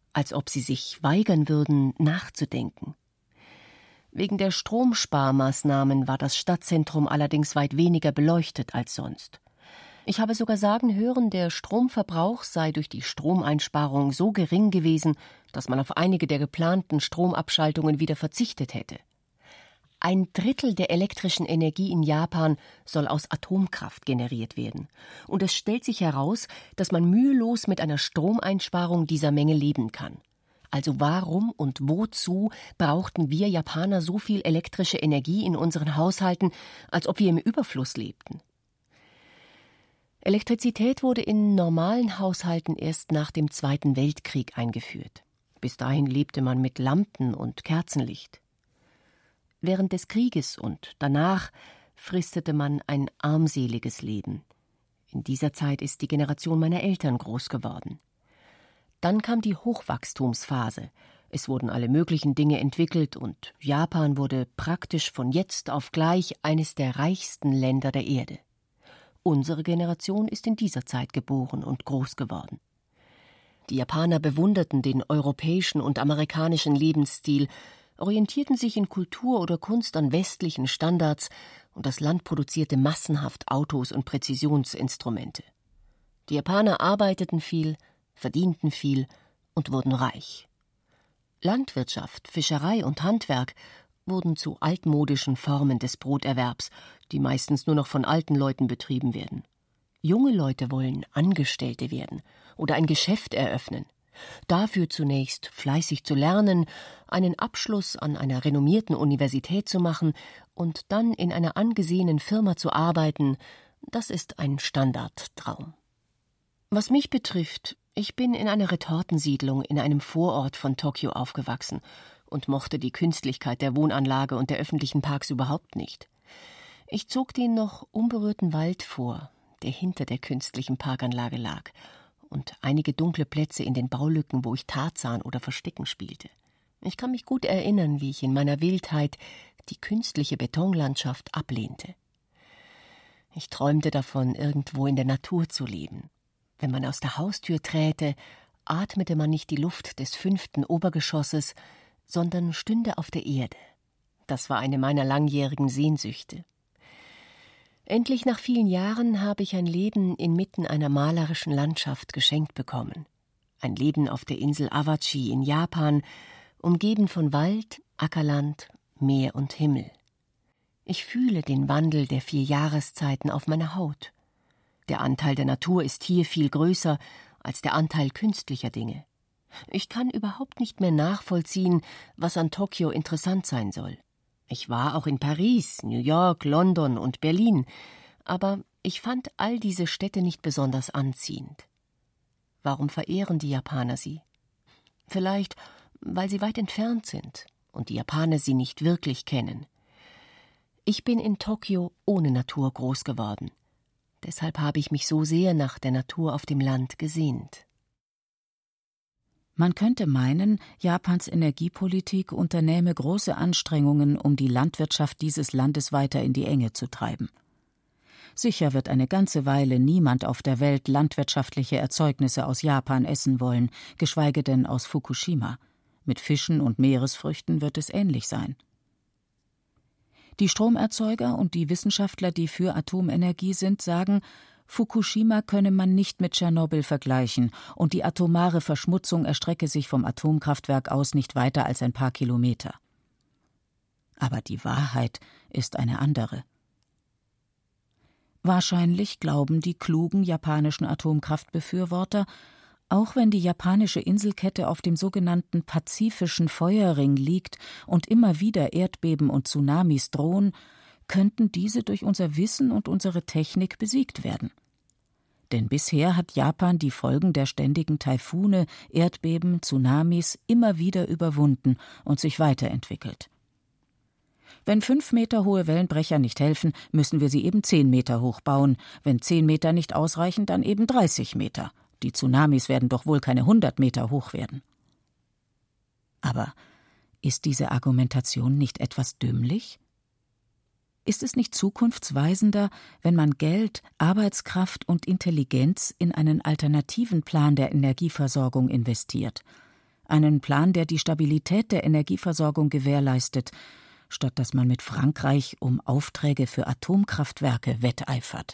als ob sie sich weigern würden, nachzudenken. Wegen der Stromsparmaßnahmen war das Stadtzentrum allerdings weit weniger beleuchtet als sonst. Ich habe sogar sagen hören, der Stromverbrauch sei durch die Stromeinsparung so gering gewesen, dass man auf einige der geplanten Stromabschaltungen wieder verzichtet hätte. 1/3 der elektrischen Energie in Japan soll aus Atomkraft generiert werden. Und es stellt sich heraus, dass man mühelos mit einer Stromeinsparung dieser Menge leben kann. Also warum und wozu brauchten wir Japaner so viel elektrische Energie in unseren Haushalten, als ob wir im Überfluss lebten? Elektrizität wurde in normalen Haushalten erst nach dem Zweiten Weltkrieg eingeführt. Bis dahin lebte man mit Lampen und Kerzenlicht. Während des Krieges und danach fristete man ein armseliges Leben. In dieser Zeit ist die Generation meiner Eltern groß geworden. Dann kam die Hochwachstumsphase. Es wurden alle möglichen Dinge entwickelt und Japan wurde praktisch von jetzt auf gleich eines der reichsten Länder der Erde. Unsere Generation ist in dieser Zeit geboren und groß geworden. Die Japaner bewunderten den europäischen und amerikanischen Lebensstil, orientierten sich in Kultur oder Kunst an westlichen Standards und das Land produzierte massenhaft Autos und Präzisionsinstrumente. Die Japaner arbeiteten viel, verdienten viel und wurden reich. Landwirtschaft, Fischerei und Handwerk wurden zu altmodischen Formen des Broterwerbs, die meistens nur noch von alten Leuten betrieben werden. Junge Leute wollen Angestellte werden oder ein Geschäft eröffnen. Dafür zunächst fleißig zu lernen, einen Abschluss an einer renommierten Universität zu machen und dann in einer angesehenen Firma zu arbeiten, das ist ein Standardtraum. Was mich betrifft, ich bin in einer Retortensiedlung in einem Vorort von Tokio aufgewachsen und mochte die Künstlichkeit der Wohnanlage und der öffentlichen Parks überhaupt nicht. Ich zog den noch unberührten Wald vor, der hinter der künstlichen Parkanlage lag, und einige dunkle Plätze in den Baulücken, wo ich Tarzan oder Verstecken spielte. Ich kann mich gut erinnern, wie ich in meiner Wildheit die künstliche Betonlandschaft ablehnte. Ich träumte davon, irgendwo in der Natur zu leben. Wenn man aus der Haustür träte, atmete man nicht die Luft des 5. Obergeschosses, sondern stünde auf der Erde. Das war eine meiner langjährigen Sehnsüchte. Endlich nach vielen Jahren habe ich ein Leben inmitten einer malerischen Landschaft geschenkt bekommen. Ein Leben auf der Insel Awachi in Japan, umgeben von Wald, Ackerland, Meer und Himmel. Ich fühle den Wandel der 4 Jahreszeiten auf meiner Haut. Der Anteil der Natur ist hier viel größer als der Anteil künstlicher Dinge. Ich kann überhaupt nicht mehr nachvollziehen, was an Tokio interessant sein soll. Ich war auch in Paris, New York, London und Berlin, aber ich fand all diese Städte nicht besonders anziehend. Warum verehren die Japaner sie? Vielleicht, weil sie weit entfernt sind und die Japaner sie nicht wirklich kennen. Ich bin in Tokio ohne Natur groß geworden. Deshalb habe ich mich so sehr nach der Natur auf dem Land gesehnt. Man könnte meinen, Japans Energiepolitik unternähme große Anstrengungen, um die Landwirtschaft dieses Landes weiter in die Enge zu treiben. Sicher wird eine ganze Weile niemand auf der Welt landwirtschaftliche Erzeugnisse aus Japan essen wollen, geschweige denn aus Fukushima. Mit Fischen und Meeresfrüchten wird es ähnlich sein. Die Stromerzeuger und die Wissenschaftler, die für Atomenergie sind, sagen, Fukushima könne man nicht mit Tschernobyl vergleichen und die atomare Verschmutzung erstrecke sich vom Atomkraftwerk aus nicht weiter als ein paar Kilometer. Aber die Wahrheit ist eine andere. Wahrscheinlich glauben die klugen japanischen Atomkraftbefürworter, auch wenn die japanische Inselkette auf dem sogenannten Pazifischen Feuerring liegt und immer wieder Erdbeben und Tsunamis drohen, könnten diese durch unser Wissen und unsere Technik besiegt werden. Denn bisher hat Japan die Folgen der ständigen Taifune, Erdbeben, Tsunamis immer wieder überwunden und sich weiterentwickelt. Wenn 5 Meter hohe Wellenbrecher nicht helfen, müssen wir sie eben 10 Meter hoch bauen. Wenn 10 Meter nicht ausreichen, dann eben 30 Meter. Die Tsunamis werden doch wohl keine 100 Meter hoch werden. Aber ist diese Argumentation nicht etwas dümmlich? Ist es nicht zukunftsweisender, wenn man Geld, Arbeitskraft und Intelligenz in einen alternativen Plan der Energieversorgung investiert, Einen Plan, der die Stabilität der Energieversorgung gewährleistet, statt dass man mit Frankreich um Aufträge für Atomkraftwerke wetteifert.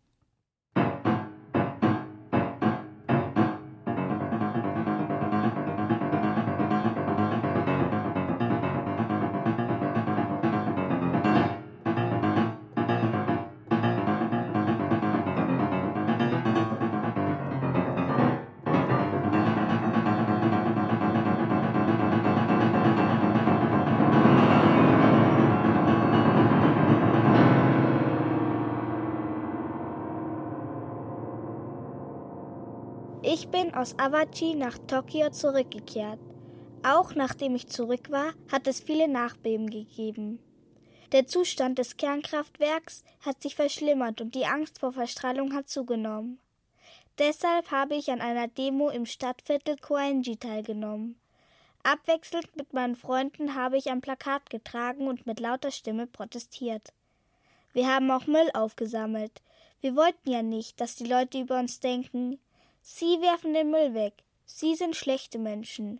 Ich bin aus Awaji nach Tokio zurückgekehrt. Auch nachdem ich zurück war, hat es viele Nachbeben gegeben. Der Zustand des Kernkraftwerks hat sich verschlimmert und die Angst vor Verstrahlung hat zugenommen. Deshalb habe ich an einer Demo im Stadtviertel Koenji teilgenommen. Abwechselnd mit meinen Freunden habe ich ein Plakat getragen und mit lauter Stimme protestiert. Wir haben auch Müll aufgesammelt. Wir wollten ja nicht, dass die Leute über uns denken: Sie werfen den Müll weg. Sie sind schlechte Menschen.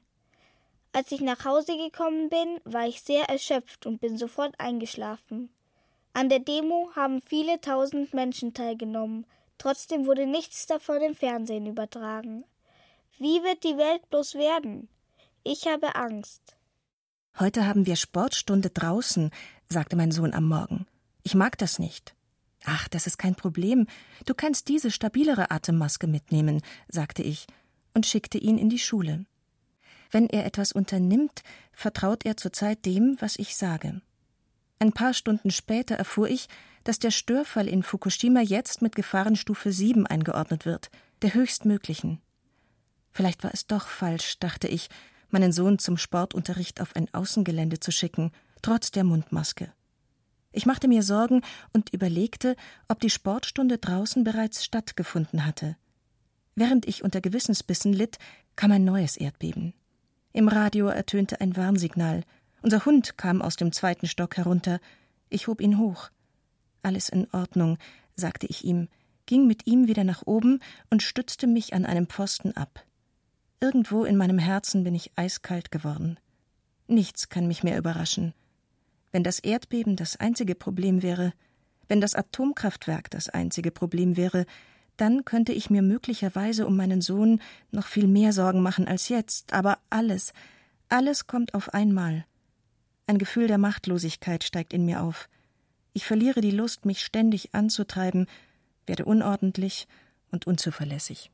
Als ich nach Hause gekommen bin, war ich sehr erschöpft und bin sofort eingeschlafen. An der Demo haben viele tausend Menschen teilgenommen. Trotzdem wurde nichts davon im Fernsehen übertragen. Wie wird die Welt bloß werden? Ich habe Angst. Heute haben wir Sportstunde draußen, sagte mein Sohn am Morgen. Ich mag das nicht. Ach, das ist kein Problem. Du kannst diese stabilere Atemmaske mitnehmen, sagte ich und schickte ihn in die Schule. Wenn er etwas unternimmt, vertraut er zurzeit dem, was ich sage. Ein paar Stunden später erfuhr ich, dass der Störfall in Fukushima jetzt mit Gefahrenstufe 7 eingeordnet wird, der höchstmöglichen. Vielleicht war es doch falsch, dachte ich, meinen Sohn zum Sportunterricht auf ein Außengelände zu schicken, trotz der Mundmaske. Ich machte mir Sorgen und überlegte, ob die Sportstunde draußen bereits stattgefunden hatte. Während ich unter Gewissensbissen litt, kam ein neues Erdbeben. Im Radio ertönte ein Warnsignal. Unser Hund kam aus dem 2. Stock herunter. Ich hob ihn hoch. »Alles in Ordnung«, sagte ich ihm, ging mit ihm wieder nach oben und stützte mich an einem Pfosten ab. Irgendwo in meinem Herzen bin ich eiskalt geworden. Nichts kann mich mehr überraschen. Wenn das Erdbeben das einzige Problem wäre, wenn das Atomkraftwerk das einzige Problem wäre, dann könnte ich mir möglicherweise um meinen Sohn noch viel mehr Sorgen machen als jetzt. Aber alles kommt auf einmal. Ein Gefühl der Machtlosigkeit steigt in mir auf. Ich verliere die Lust, mich ständig anzutreiben, werde unordentlich und unzuverlässig.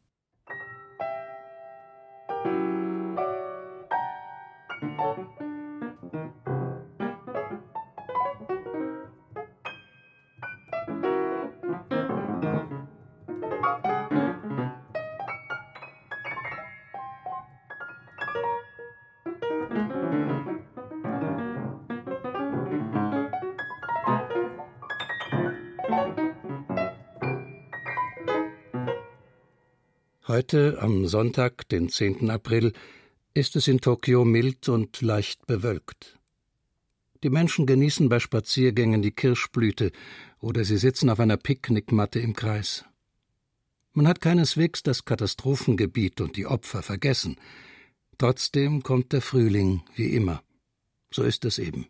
Heute, am Sonntag, den 10. April, ist es in Tokio mild und leicht bewölkt. Die Menschen genießen bei Spaziergängen die Kirschblüte oder sie sitzen auf einer Picknickmatte im Kreis. Man hat keineswegs das Katastrophengebiet und die Opfer vergessen. Trotzdem kommt der Frühling, wie immer. So ist es eben.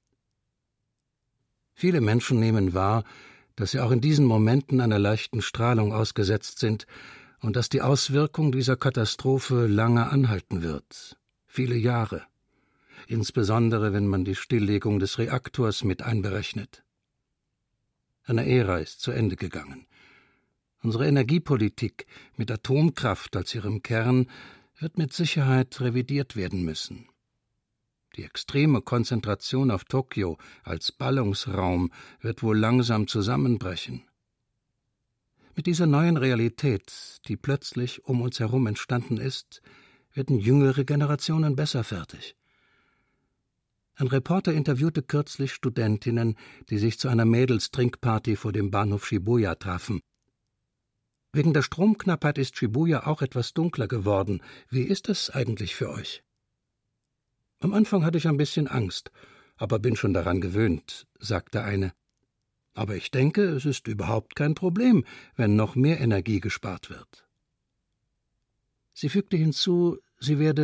Viele Menschen nehmen wahr, dass sie auch in diesen Momenten einer leichten Strahlung ausgesetzt sind und dass die Auswirkung dieser Katastrophe lange anhalten wird, viele Jahre, insbesondere wenn man die Stilllegung des Reaktors mit einberechnet. Eine Ära ist zu Ende gegangen. Unsere Energiepolitik mit Atomkraft als ihrem Kern wird mit Sicherheit revidiert werden müssen. Die extreme Konzentration auf Tokio als Ballungsraum wird wohl langsam zusammenbrechen. Mit dieser neuen Realität, die plötzlich um uns herum entstanden ist, werden jüngere Generationen besser fertig. Ein Reporter interviewte kürzlich Studentinnen, die sich zu einer Mädels-Trinkparty vor dem Bahnhof Shibuya trafen. Wegen der Stromknappheit ist Shibuya auch etwas dunkler geworden. Wie ist es eigentlich für euch? Am Anfang hatte ich ein bisschen Angst, aber bin schon daran gewöhnt, sagte eine. Aber ich denke, es ist überhaupt kein Problem, wenn noch mehr Energie gespart wird. Sie fügte hinzu, sie werde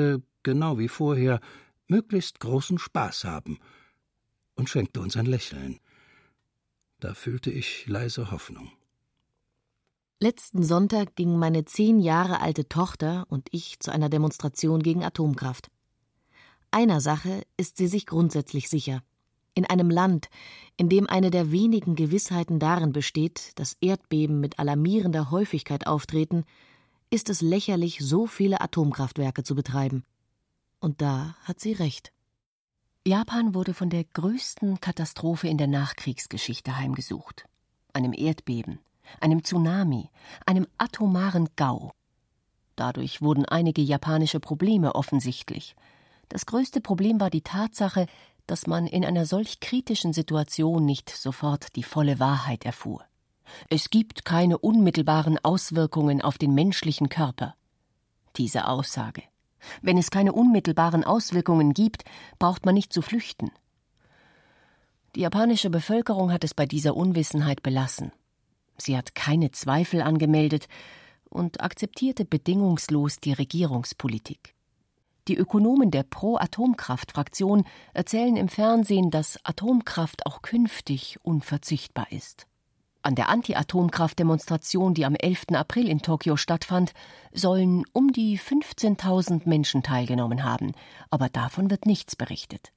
genau wie vorher, möglichst großen Spaß haben und schenkte uns ein Lächeln. Da fühlte ich leise Hoffnung. Letzten Sonntag gingen meine 10 Jahre alte Tochter und ich zu einer Demonstration gegen Atomkraft. Einer Sache ist sie sich grundsätzlich sicher. In einem Land, in dem eine der wenigen Gewissheiten darin besteht, dass Erdbeben mit alarmierender Häufigkeit auftreten, ist es lächerlich, so viele Atomkraftwerke zu betreiben. Und da hat sie recht. Japan wurde von der größten Katastrophe in der Nachkriegsgeschichte heimgesucht. Einem Erdbeben, einem Tsunami, einem atomaren Gau. Dadurch wurden einige japanische Probleme offensichtlich. Das größte Problem war die Tatsache, dass man in einer solch kritischen Situation nicht sofort die volle Wahrheit erfuhr. Es gibt keine unmittelbaren Auswirkungen auf den menschlichen Körper. Diese Aussage. Wenn es keine unmittelbaren Auswirkungen gibt, braucht man nicht zu flüchten. Die japanische Bevölkerung hat es bei dieser Unwissenheit belassen. Sie hat keine Zweifel angemeldet und akzeptierte bedingungslos die Regierungspolitik. Die Ökonomen der Pro-Atomkraft-Fraktion erzählen im Fernsehen, dass Atomkraft auch künftig unverzichtbar ist. An der Anti-Atomkraft-Demonstration, die am 11. April in Tokio stattfand, sollen um die 15.000 Menschen teilgenommen haben, aber davon wird nichts berichtet.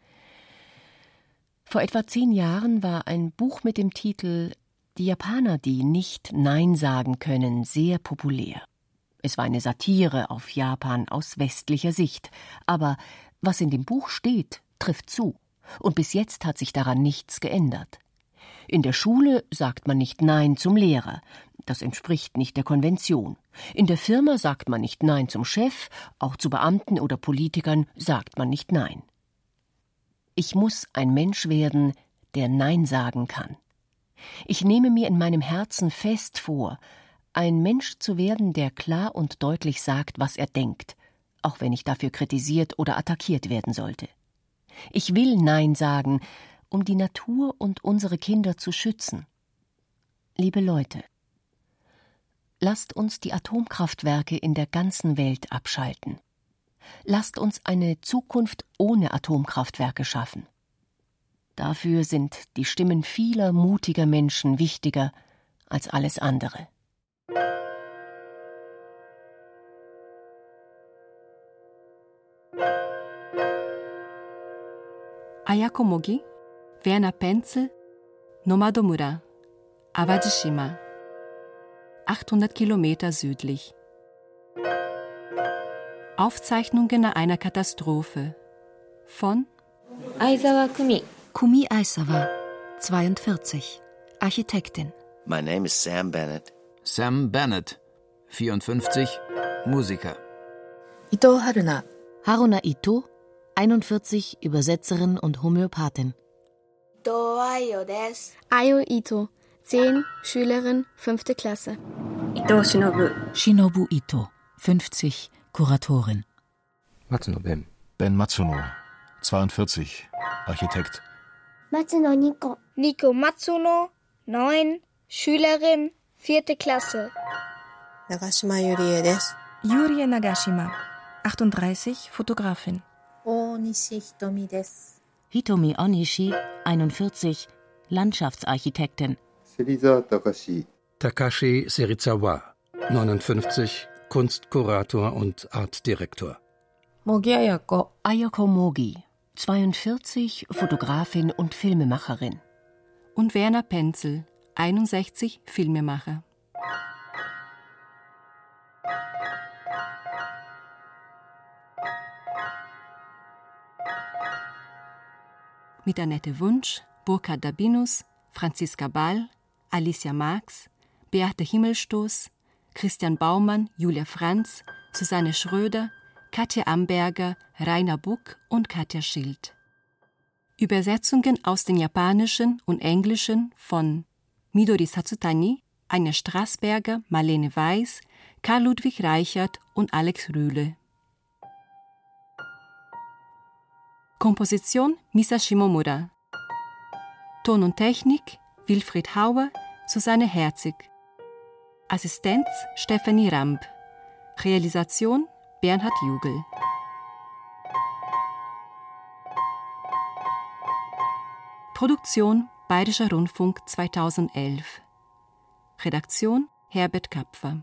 Vor etwa 10 Jahren war ein Buch mit dem Titel »Die Japaner, die nicht Nein sagen können« sehr populär. Es war eine Satire auf Japan aus westlicher Sicht. Aber was in dem Buch steht, trifft zu. Und bis jetzt hat sich daran nichts geändert. In der Schule sagt man nicht Nein zum Lehrer. Das entspricht nicht der Konvention. In der Firma sagt man nicht Nein zum Chef. Auch zu Beamten oder Politikern sagt man nicht Nein. Ich muss ein Mensch werden, der Nein sagen kann. Ich nehme mir in meinem Herzen fest vor, ein Mensch zu werden, der klar und deutlich sagt, was er denkt, auch wenn ich dafür kritisiert oder attackiert werden sollte. Ich will Nein sagen, um die Natur und unsere Kinder zu schützen. Liebe Leute, lasst uns die Atomkraftwerke in der ganzen Welt abschalten. Lasst uns eine Zukunft ohne Atomkraftwerke schaffen. Dafür sind die Stimmen vieler mutiger Menschen wichtiger als alles andere. Ayako Mogi, Werner Penzel, Nomadomura, Awajishima, 800 Kilometer südlich. Aufzeichnungen einer Katastrophe von Aizawa Kumi. Kumi Aizawa, 42, Architektin. My name is Sam Bennett. Sam Bennett, 54, Musiker. Ito Haruna. Haruna Ito, 41, Übersetzerin und Homöopathin. Ayo Ito, 10, Schülerin, 5. Klasse. Ito Shinobu. Shinobu Ito, 50, Kuratorin. Matsuno Ben. Ben Matsuno, 42, Architekt. Matsuno Nico. Nico Matsuno, 9, Schülerin, 4. Klasse. Nagashima Yurie desu. Yurie Nagashima, 38, Fotografin. Onishi Hitomi desu. Hitomi Onishi, 41, Landschaftsarchitektin. Serizawa Takashi. Takashi Serizawa, 59, Kunstkurator und Artdirektor. Mogi Ayako. Ayako Mogi, 42, Fotografin und Filmemacherin. Und Werner Penzel, 61, Filmemacher. Mit Annette Wunsch, Burkhard Dabinus, Franziska Ball, Alicia Marx, Beate Himmelstoß, Christian Baumann, Julia Franz, Susanne Schröder, Katja Amberger, Rainer Buck und Katja Schild. Übersetzungen aus dem Japanischen und Englischen von Midori Satsutani, Anja Straßberger, Marlene Weiß, Karl Ludwig Reichert und Alex Rühle. Komposition Misa Shimomura. Ton und Technik Wilfried Hauer, Susanne Herzig. Assistenz Stefanie Ramp. Realisation Bernhard Jugel. Produktion Bayerischer Rundfunk 2011. Redaktion Herbert Kapfer.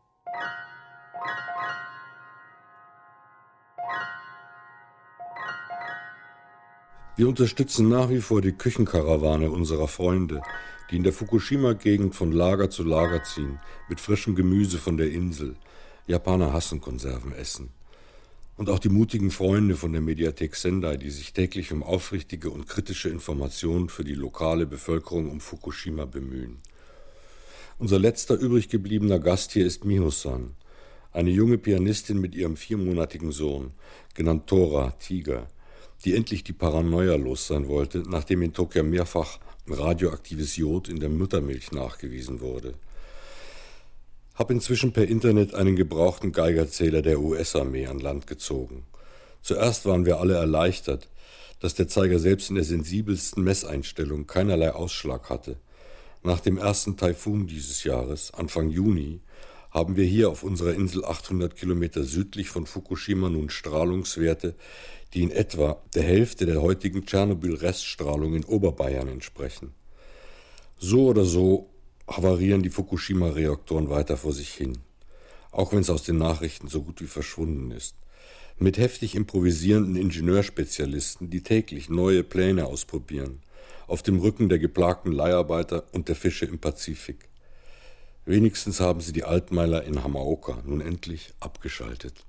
Wir unterstützen nach wie vor die Küchenkarawane unserer Freunde, die in der Fukushima-Gegend von Lager zu Lager ziehen, mit frischem Gemüse von der Insel. Japaner hassen Konserven essen. Und auch die mutigen Freunde von der Mediathek Sendai, die sich täglich um aufrichtige und kritische Informationen für die lokale Bevölkerung um Fukushima bemühen. Unser letzter übrig gebliebener Gast hier ist Miho-san, eine junge Pianistin mit ihrem 4-monatigen Sohn, genannt Tora, Tiger, die endlich die Paranoia los sein wollte, nachdem in Tokio mehrfach radioaktives Jod in der Muttermilch nachgewiesen wurde. Hab inzwischen per Internet einen gebrauchten Geigerzähler der US-Armee an Land gezogen. Zuerst waren wir alle erleichtert, dass der Zeiger selbst in der sensibelsten Messeinstellung keinerlei Ausschlag hatte. Nach dem ersten Taifun dieses Jahres, Anfang Juni, haben wir hier auf unserer Insel 800 Kilometer südlich von Fukushima nun Strahlungswerte, die in etwa der Hälfte der heutigen Tschernobyl-Reststrahlung in Oberbayern entsprechen. So oder so havarieren die Fukushima-Reaktoren weiter vor sich hin, auch wenn es aus den Nachrichten so gut wie verschwunden ist, mit heftig improvisierenden Ingenieurspezialisten, die täglich neue Pläne ausprobieren, auf dem Rücken der geplagten Leiharbeiter und der Fische im Pazifik. Wenigstens haben sie die Altmeiler in Hamaoka nun endlich abgeschaltet.